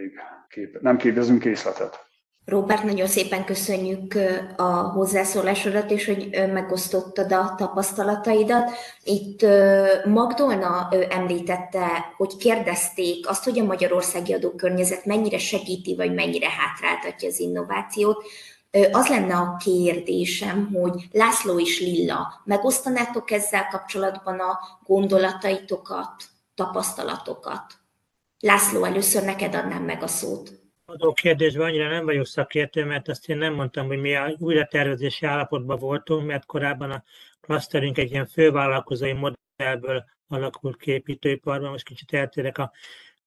nem képezünk készletet. Róbert, nagyon szépen köszönjük a hozzászólásodat, és hogy megosztottad a tapasztalataidat. Itt Magdolna említette, hogy kérdezték azt, hogy a magyarországi adókörnyezet mennyire segíti, vagy mennyire hátráltatja az innovációt. Az lenne a kérdésem, hogy László és Lilla, megosztanátok ezzel kapcsolatban a gondolataitokat, tapasztalatokat? László, először neked adnám meg a szót. Adókérdésben annyira nem vagyok szakértő, mert azt én nem mondtam, hogy mi a újratervezési állapotban voltunk, mert korábban a klaszterünk egy ilyen fővállalkozói modellből alakult ki építőiparban, most kicsit eltérek a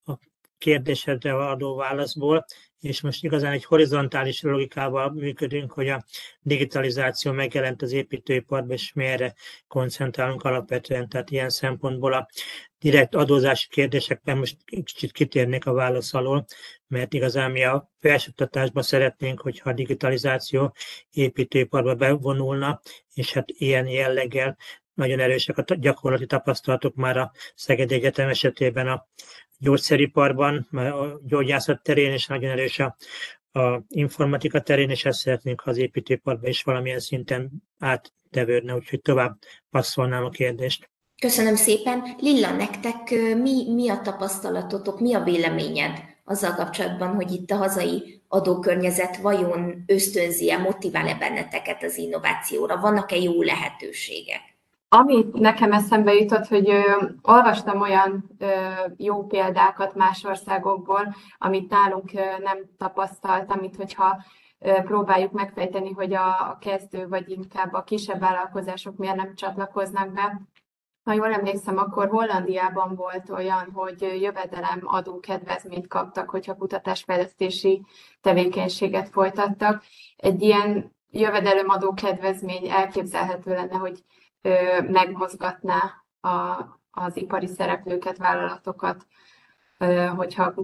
kérdésedre adó válaszból, és most igazán egy horizontális logikával működünk, hogy a digitalizáció megjelent az építőiparban, és mi erre koncentrálunk alapvetően, tehát ilyen szempontból a direkt adózási kérdésekben most kicsit kitérnék a válasz alól, mert igazán mi a felsőoktatásban szeretnénk, hogyha a digitalizáció építőiparba bevonulna, és hát ilyen jelleggel nagyon erősek a gyakorlati tapasztalatok már a Szegedi Egyetem esetében a gyógyszeriparban, a gyógyászat terén, és nagyon erős a informatika terén, és ezt szeretnénk, ha az építőiparban is valamilyen szinten áttevődne, úgyhogy tovább passzolnám a kérdést. Köszönöm szépen. Lilla, nektek mi a tapasztalatotok, mi a véleményed azzal kapcsolatban, hogy itt a hazai adókörnyezet vajon ösztönzi-e, motivál-e benneteket az innovációra? Vannak-e jó lehetőségek? Amit nekem eszembe jutott, hogy olvastam olyan jó példákat más országokból, amit nálunk nem tapasztalt, amit hogyha próbáljuk megfejteni, hogy a kezdő vagy inkább a kisebb vállalkozások miért nem csatlakoznak be. Ha jól emlékszem, akkor Hollandiában volt olyan, hogy jövedelem adókedvezményt kaptak, hogyha kutatásfejlesztési tevékenységet folytattak. Egy ilyen jövedelemadó kedvezmény elképzelhető lenne, hogy megmozgatná az ipari szereplőket, vállalatokat, hogyha a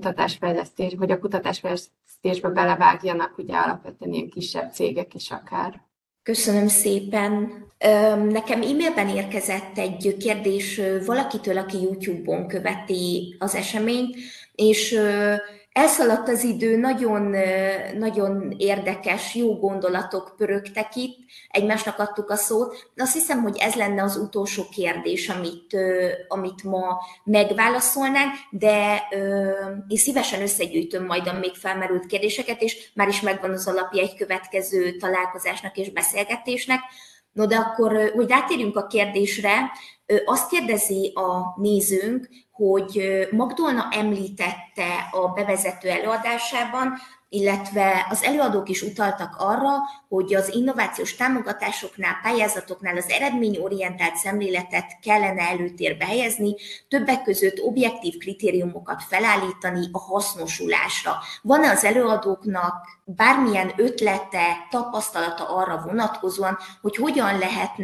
kutatásfejlesztésbe belevágjanak, ugye alapvetően ilyen kisebb cégek is akár. Köszönöm szépen. Nekem e-mailben érkezett egy kérdés valakitől, aki YouTube-on követi az eseményt, és elszaladt az idő, nagyon érdekes, jó gondolatok pörögtek itt, egymásnak adtuk a szót. Azt hiszem, hogy ez lenne az utolsó kérdés, amit ma megválaszolnánk, de én szívesen összegyűjtöm majd a még felmerült kérdéseket, és már is megvan az alapja egy következő találkozásnak és beszélgetésnek. No, de akkor, hogy rátérjünk a kérdésre, azt kérdezi a nézőnk, hogy Magdolna említette a bevezető előadásában, illetve az előadók is utaltak arra, hogy az innovációs támogatásoknál, pályázatoknál az eredményorientált szemléletet kellene előtérbe helyezni, többek között objektív kritériumokat felállítani a hasznosulásra. Van-e az előadóknak bármilyen ötlete, tapasztalata arra vonatkozóan, hogy hogyan lehetne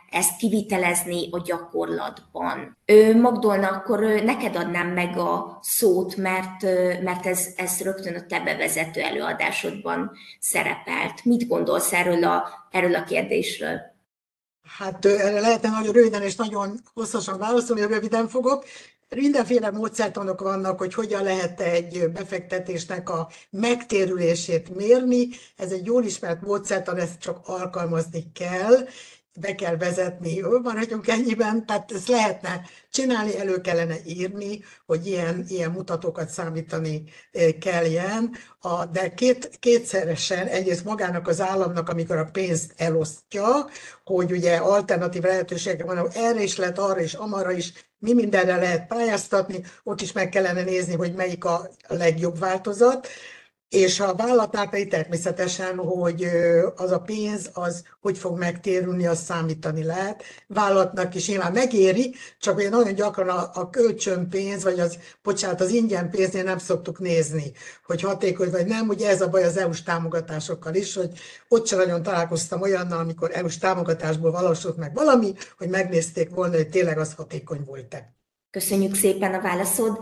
ezt kivitelezni a gyakorlatban. Magdolna, akkor neked adnám meg a szót, mert ez rögtön a te bevezető előadásodban szerepelt. Mit gondolsz erről a kérdésről? Hát erre lehetne nagyon röviden és nagyon hosszasan válaszolni, röviden fogok. Mindenféle módszertanok vannak, hogy hogyan lehet egy befektetésnek a megtérülését mérni. Ez egy jól ismert módszertan, ezt csak alkalmazni kell, be kell vezetni. Maradjunk ennyiben, tehát ezt lehetne csinálni, elő kellene írni, hogy ilyen mutatókat számítani kelljen, de kétszeresen egyrészt magának az államnak, amikor a pénzt elosztja, hogy ugye alternatív lehetőségek vannak, erre is lehet, arra is, amarra is, mi mindenre lehet pályáztatni, ott is meg kellene nézni, hogy melyik a legjobb változat. És a vállalatnál pedig természetesen, hogy az a pénz, az hogy fog megtérülni, azt számítani lehet. Vállalatnak is nyilván megéri, csak ugye nagyon gyakran a kölcsönpénz, vagy az ingyen pénznél nem szoktuk nézni, hogy hatékony vagy nem. Ugye ez a baj az EU-s támogatásokkal is, hogy ott sem nagyon találkoztam olyannal, amikor EU-s támogatásból valósult meg valami, hogy megnézték volna, hogy tényleg az hatékony volt-e. Köszönjük szépen a válaszod.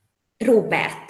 Róbert,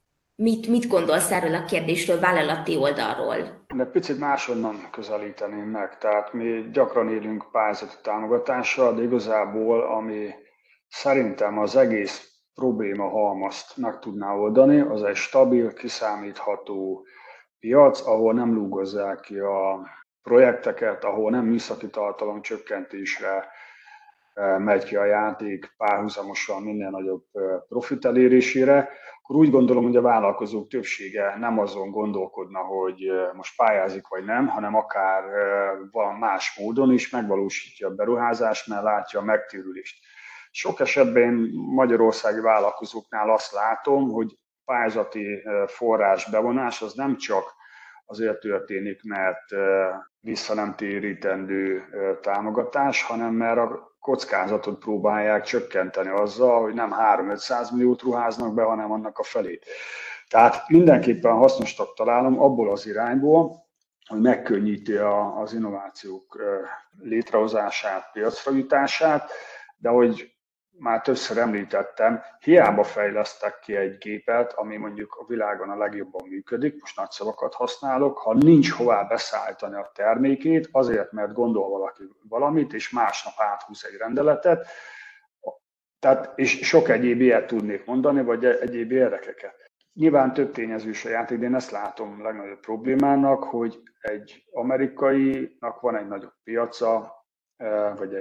mit gondolsz erről a kérdésről vállalati oldalról? De picit máshonnan közelíteném meg. Tehát mi gyakran élünk pályázati támogatással, de igazából, ami szerintem az egész probléma halmazt meg tudná oldani, az egy stabil, kiszámítható piac, ahol nem lúgozzák ki a projekteket, ahol nem műszaki tartalom csökkentésre megy ki a játék párhuzamosan minél nagyobb profit elérésére, akkor úgy gondolom, hogy a vállalkozók többsége nem azon gondolkodna, hogy most pályázik vagy nem, hanem akár van más módon is megvalósítja a beruházást, mert látja a megtérülést. Sok esetben magyarországi vállalkozóknál azt látom, hogy pályázati forrás bevonás az nem csak azért történik, mert vissza nem térítendő támogatás, hanem mert a kockázatot próbálják csökkenteni azzal, hogy nem 300-500 milliót ruháznak be, hanem annak a felét. Tehát mindenképpen hasznosnak találom abból az irányból, hogy megkönnyíti az innovációk létrehozását, piacra jutását, de hogy már többször említettem, hiába fejlesztek ki egy gépet, ami mondjuk a világon a legjobban működik, most nagy szavakat használok, ha nincs hová beszállítani a termékét, azért, mert gondol valaki valamit, és másnap áthúz egy rendeletet, tehát, és sok egyéb ilyet tudnék mondani, vagy egyéb érdekeket. Nyilván több tényezős a játék, de én ezt látom legnagyobb problémának, hogy egy amerikainak van egy nagyobb piaca, vagy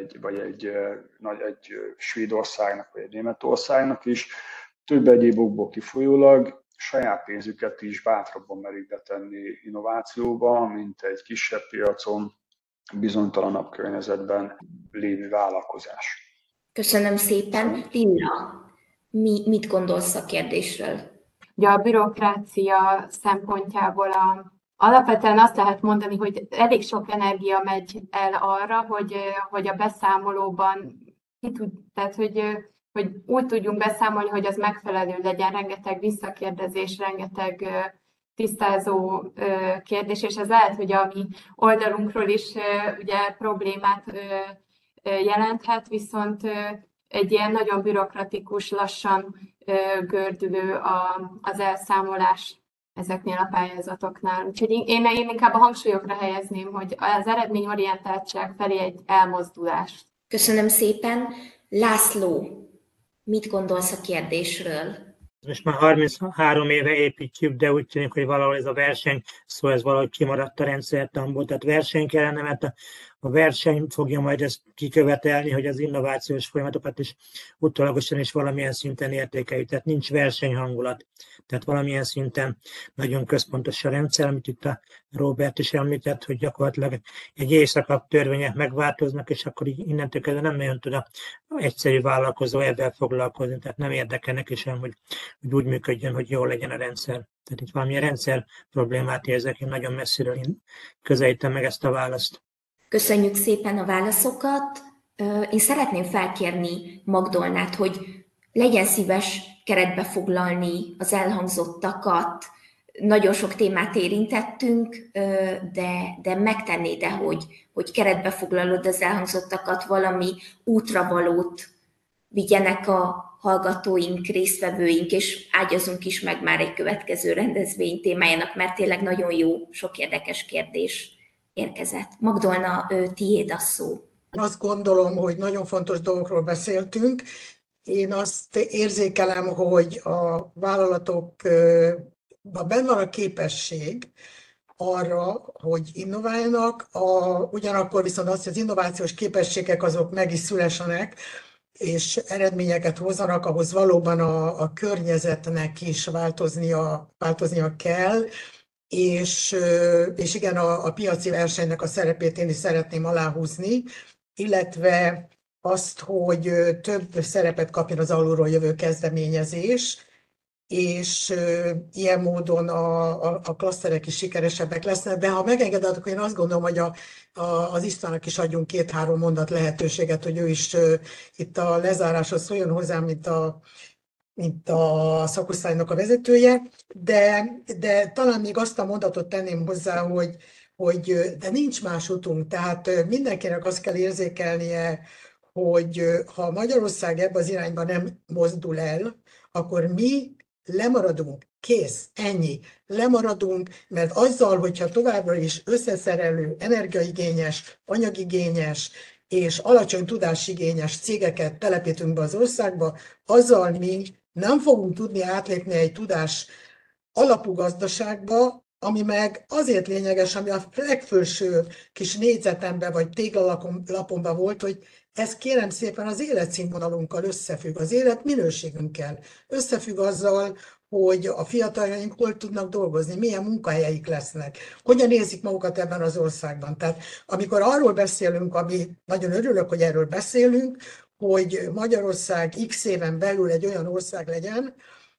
egy Svédországnak, vagy egy Németországnak is, több egyéb okból kifolyólag saját pénzüket is bátrabban merik betenni innovációba, mint egy kisebb piacon, bizonytalanabb környezetben lévő vállalkozás. Köszönöm szépen. Lilla, mit gondolsz a kérdésről? Ugye a bürokrácia szempontjából alapvetően azt lehet mondani, hogy elég sok energia megy el arra, hogy a beszámolóban tehát, hogy úgy tudjunk beszámolni, hogy az megfelelő legyen, rengeteg visszakérdezés, rengeteg tisztázó kérdés, és ez lehet, hogy a mi oldalunkról is ugye problémát jelenthet, viszont egy ilyen nagyon bürokratikus, lassan gördülő az elszámolás ezeknél a pályázatoknál. Úgyhogy én inkább a hangsúlyokra helyezném, hogy az eredményorientáltság felé egy elmozdulás. Köszönöm szépen. László, mit gondolsz a kérdésről? Most már 33 éve építjük, de úgy tűnik, hogy valahol ez a verseny, szóval ez valahogy kimaradt a rendszertanból, tehát verseny kellene, mert a verseny fogja majd ezt kikövetelni, hogy az innovációs folyamatokat is utólagosan is valamilyen szinten értékeljük. Tehát nincs versenyhangulat. Tehát valamilyen szinten nagyon központos a rendszer, amit itt a Róbert is említett, hogy gyakorlatilag egy éjszaka törvények megváltoznak, és akkor így innentől kezdve nem nagyon tud a egyszerű vállalkozó ebben foglalkozni. Tehát nem érdekel neki sem, hogy úgy működjön, hogy jól legyen a rendszer. Tehát itt valamilyen rendszer problémát érzek, én nagyon messziről közelítem meg ezt a választ. Köszönjük szépen a válaszokat. Én szeretném felkérni Magdolnát, hogy legyen szíves keretbe foglalni az elhangzottakat, nagyon sok témát érintettünk, de megtennéd-e, hogy keretbe foglalod az elhangzottakat, valami útravalót vigyenek a hallgatóink, résztvevőink, és ágyazunk is meg már egy következő rendezvény témájának, mert tényleg nagyon jó, sok érdekes kérdés érkezett. Magdolna, tiéd a szó. Azt gondolom, hogy nagyon fontos dolgokról beszéltünk. Én azt érzékelem, hogy a vállalatokban benne van a képesség arra, hogy innováljanak, ugyanakkor viszont azt, hogy az innovációs képességek azok meg is szülessenek, és eredményeket hozzanak, ahhoz valóban a környezetnek is változnia kell, és igen, a piaci versenynek a szerepét én is szeretném aláhúzni, illetve azt, hogy több szerepet kapjon az alulról jövő kezdeményezés, és ilyen módon a klaszterek is sikeresebbek lesznek. De ha megengeded, akkor én azt gondolom, hogy az Istvánnak is adjunk 2-3 mondat lehetőséget, hogy ő is itt a lezáráshoz szóljon hozzám, mint a szakosztálynak a vezetője, de talán még azt a mondatot tenném hozzá, hogy de nincs más utunk, tehát mindenkinek azt kell érzékelnie, hogy ha Magyarország ebbe az irányba nem mozdul el, akkor mi lemaradunk, kész, ennyi, lemaradunk, mert azzal, hogyha továbbra is összeszerelő, energiaigényes, anyagigényes és alacsony tudásigényes cégeket telepítünk be az országba, azzal mi nem fogunk tudni átlépni egy tudás alapú gazdaságba, ami meg azért lényeges, ami a legfelső kis négyzetemben vagy téglalapomban volt, hogy ez kérem szépen az életszínvonalunkkal összefügg, az életminőségünkkel, összefügg azzal, hogy a fiataljaink hol tudnak dolgozni, milyen munkahelyeik lesznek, hogyan érzik magukat ebben az országban. Tehát amikor arról beszélünk, ami nagyon örülök, hogy erről beszélünk, hogy Magyarország x éven belül egy olyan ország legyen,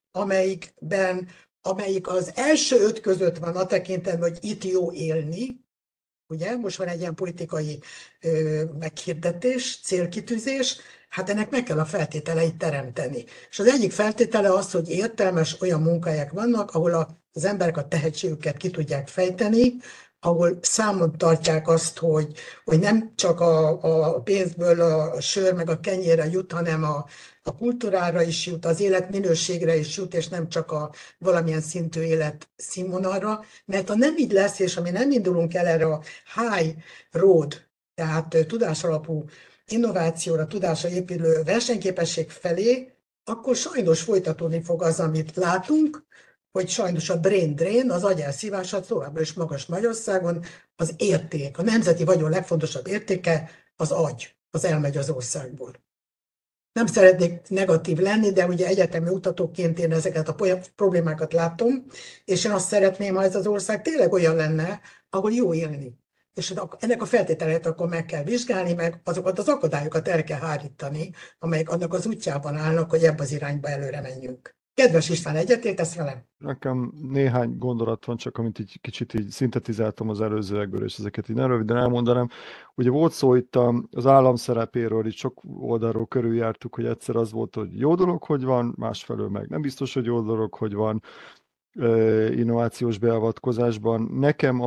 amelyik az első 5 között van a tekintetben, hogy itt jó élni, ugye, most van egy ilyen politikai meghirdetés, célkitűzés, hát ennek meg kell a feltételeit teremteni. És az egyik feltétele az, hogy értelmes olyan munkahelyek vannak, ahol az emberek a tehetségüket ki tudják fejteni, ahol számon tartják azt, hogy nem csak a pénzből a sör meg a kenyérre jut, hanem a kultúrára is jut, az életminőségre is jut, és nem csak a valamilyen szintű életszínvonalra, mert ha nem így lesz, és ami nem indulunk el erre a high road, tehát tudásalapú innovációra, tudásra épülő versenyképesség felé, akkor sajnos folytatódni fog az, amit látunk, hogy sajnos a brain drain, az agyelszívása továbbra is magas Magyarországon, az érték, a nemzeti vagyon legfontosabb értéke az agy, az elmegy az országból. Nem szeretnék negatív lenni, de ugye egyetemi oktatóként én ezeket a problémákat látom, és én azt szeretném, ha ez az ország tényleg olyan lenne, ahol jó élni. És ennek a feltételeit akkor meg kell vizsgálni, meg azokat az akadályokat el kell hárítani, amelyek annak az útjában állnak, hogy ebbe az irányba előre menjünk. Kedves István, egyetértesz velem? Nekem néhány gondolat van, csak amit így kicsit így szintetizáltam az előzőekből, és ezeket így nem röviden elmondanám. Ugye volt szó itt az állam szerepéről, itt sok oldalról körüljártuk, hogy egyszer az volt, hogy jó dolog, hogy van, másfelől meg nem biztos, hogy jó dolog, hogy van innovációs beavatkozásban. Nekem,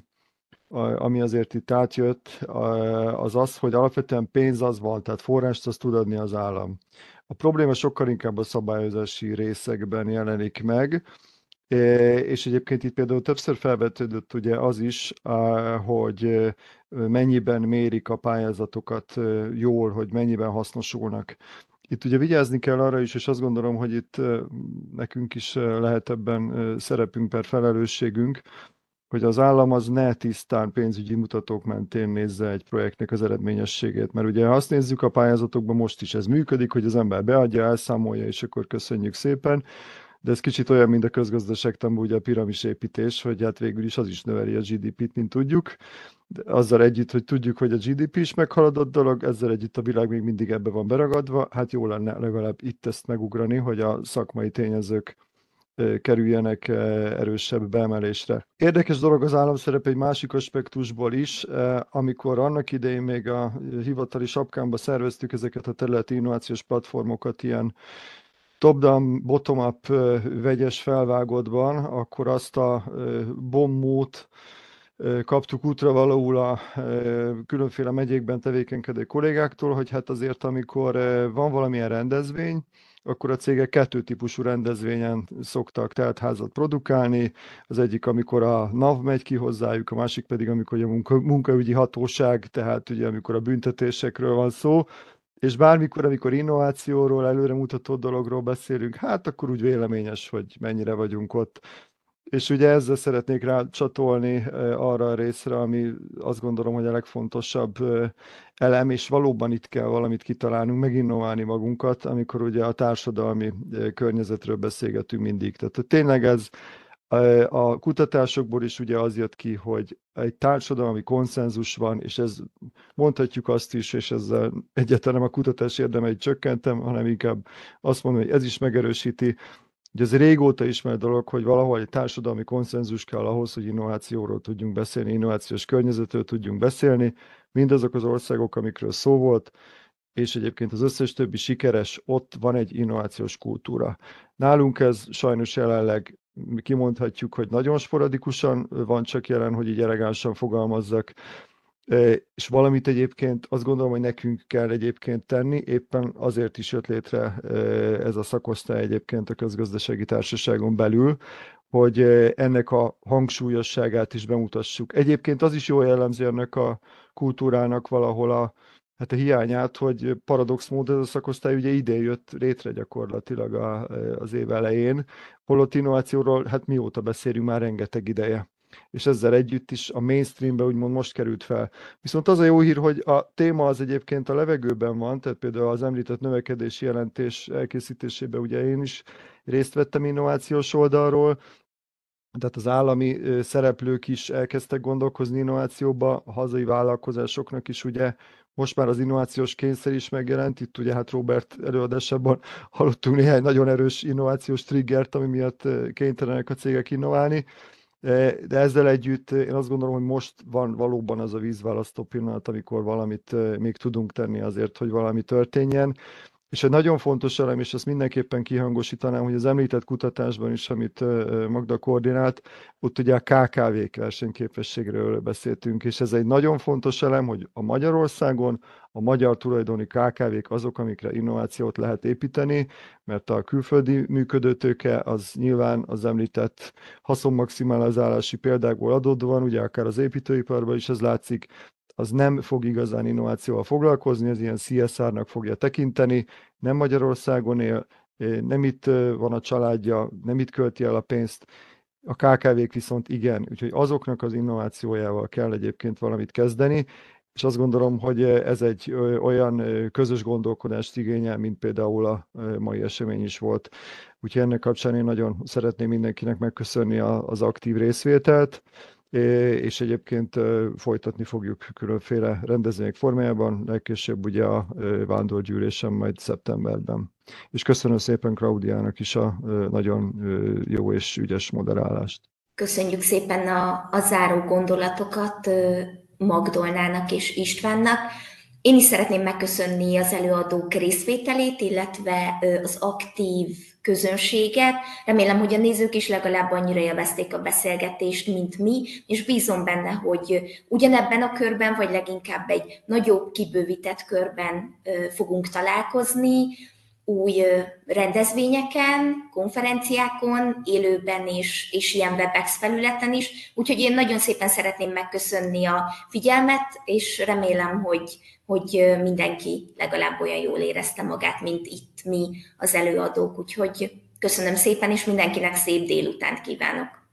ami azért itt átjött, az az, hogy alapvetően pénz az van, tehát forrást azt tud adni az állam. A probléma sokkal inkább a szabályozási részekben jelenik meg, és egyébként itt például többször felvetődött ugye az is, hogy mennyiben mérik a pályázatokat jól, hogy mennyiben hasznosulnak. Itt ugye vigyázni kell arra is, és azt gondolom, hogy itt nekünk is lehet ebben szerepünk per felelősségünk, hogy az állam az ne tisztán pénzügyi mutatók mentén nézze egy projektnek az eredményességét. Mert ugye ha azt nézzük a pályázatokban, most is ez működik, hogy az ember beadja, elszámolja, és akkor köszönjük szépen. De ez kicsit olyan, mint a közgazdaságtanban ugye a piramisépítés, hogy hát végül is az is növeli a GDP-t, mint tudjuk. De azzal együtt, hogy tudjuk, hogy a GDP is meghaladott dolog, ezzel együtt a világ még mindig ebbe van beragadva. Hát jó lenne legalább itt ezt megugrani, hogy a szakmai tényezők kerüljenek erősebb beemelésre. Érdekes dolog az államszerep egy másik aspektusból is, amikor annak idején még a hivatali sapkámba szerveztük ezeket a területi innovációs platformokat ilyen top-down, bottom-up vegyes felvágottban, akkor azt a bombót kaptuk útravalóul a különféle megyékben tevékenykedő kollégáktól, hogy hát azért, amikor van valamilyen rendezvény, akkor a cégek 2 típusú rendezvényen szoktak teltházat produkálni. Az egyik, amikor a NAV megy ki hozzájuk, a másik pedig, amikor a munkaügyi hatóság, tehát ugye amikor a büntetésekről van szó, és bármikor, amikor innovációról, előremutató dologról beszélünk, hát akkor úgy véleményes, hogy mennyire vagyunk ott. És ugye ezzel szeretnék rácsatolni arra a részre, ami azt gondolom, hogy a legfontosabb elem, és valóban itt kell valamit kitalálnunk, meginnoválni magunkat, amikor ugye a társadalmi környezetről beszélgetünk mindig. Tehát tényleg ez a kutatásokból is ugye az jött ki, hogy egy társadalmi konszenzus van, és ez mondhatjuk azt is, és ezzel egyáltalán a kutatás érdemeit csökkentem, hanem inkább azt mondom, hogy ez is megerősíti, hogy ez régóta ismert dolog, hogy valahol egy társadalmi konszenzus kell ahhoz, hogy innovációról tudjunk beszélni, innovációs környezetről tudjunk beszélni. Mindazok az országok, amikről szó volt, és egyébként az összes többi sikeres, ott van egy innovációs kultúra. Nálunk ez sajnos jelenleg kimondhatjuk, hogy nagyon sporadikusan van csak jelen, hogy így elegánsan fogalmazzak, és valamit egyébként azt gondolom, hogy nekünk kell egyébként tenni, éppen azért is jött létre ez a szakosztály egyébként a közgazdasági társaságon belül, hogy ennek a hangsúlyosságát is bemutassuk. Egyébként az is jól jellemzi ennek a kultúrának valahol a hiányát, hogy paradox módon ez a szakosztály ugye idén jött létre gyakorlatilag az év elején, holott innovációról hát mióta beszélünk már rengeteg ideje. És ezzel együtt is a mainstreambe úgymond most került fel. Viszont az a jó hír, hogy a téma az egyébként a levegőben van, tehát például az említett növekedési jelentés elkészítésében ugye én is részt vettem innovációs oldalról, tehát az állami szereplők is elkezdtek gondolkozni innovációba, a hazai vállalkozásoknak is ugye most már az innovációs kényszer is megjelent, itt ugye hát Robert előadásában hallottunk néhány nagyon erős innovációs triggert, ami miatt kénytelenek a cégek innoválni, de ezzel együtt én azt gondolom, hogy most van valóban az a vízválasztó pillanat, amikor valamit még tudunk tenni azért, hogy valami történjen. És egy nagyon fontos elem, és ezt mindenképpen kihangosítanám, hogy az említett kutatásban is, amit Magda koordinált, ott ugye a KKV-k versenyképességről beszéltünk, és ez egy nagyon fontos elem, hogy a Magyarországon a magyar tulajdoni KKV-k azok, amikre innovációt lehet építeni, mert a külföldi működőtőke az nyilván az említett haszonmaximalizálási példákból adódóan, ugye akár az építőiparban is ez látszik, az nem fog igazán innovációval foglalkozni, ez ilyen CSR-nak fogja tekinteni, nem Magyarországon él, nem itt van a családja, nem itt költi el a pénzt, a KKV-k viszont igen, úgyhogy azoknak az innovációjával kell egyébként valamit kezdeni, és azt gondolom, hogy ez egy olyan közös gondolkodást igényel, mint például a mai esemény is volt. Úgyhogy ennek kapcsán én nagyon szeretném mindenkinek megköszönni az aktív részvételt, és egyébként folytatni fogjuk különféle rendezvények formájában, legkésőbb ugye a vándorgyűlésen majd szeptemberben. És köszönöm szépen Klaudiának is a nagyon jó és ügyes moderálást. Köszönjük szépen a záró gondolatokat Magdolnának és Istvánnak. Én is szeretném megköszönni az előadók részvételét, illetve az aktív közönséget. Remélem, hogy a nézők is legalább annyira élvezték a beszélgetést, mint mi, és bízom benne, hogy ugyanebben a körben, vagy leginkább egy nagyobb, kibővített körben fogunk találkozni, új rendezvényeken, konferenciákon, élőben és ilyen WebEx felületen is. Úgyhogy én nagyon szépen szeretném megköszönni a figyelmet, és remélem, hogy mindenki legalább olyan jól érezte magát, mint itt mi az előadók. Úgyhogy köszönöm szépen, és mindenkinek szép délutánt kívánok.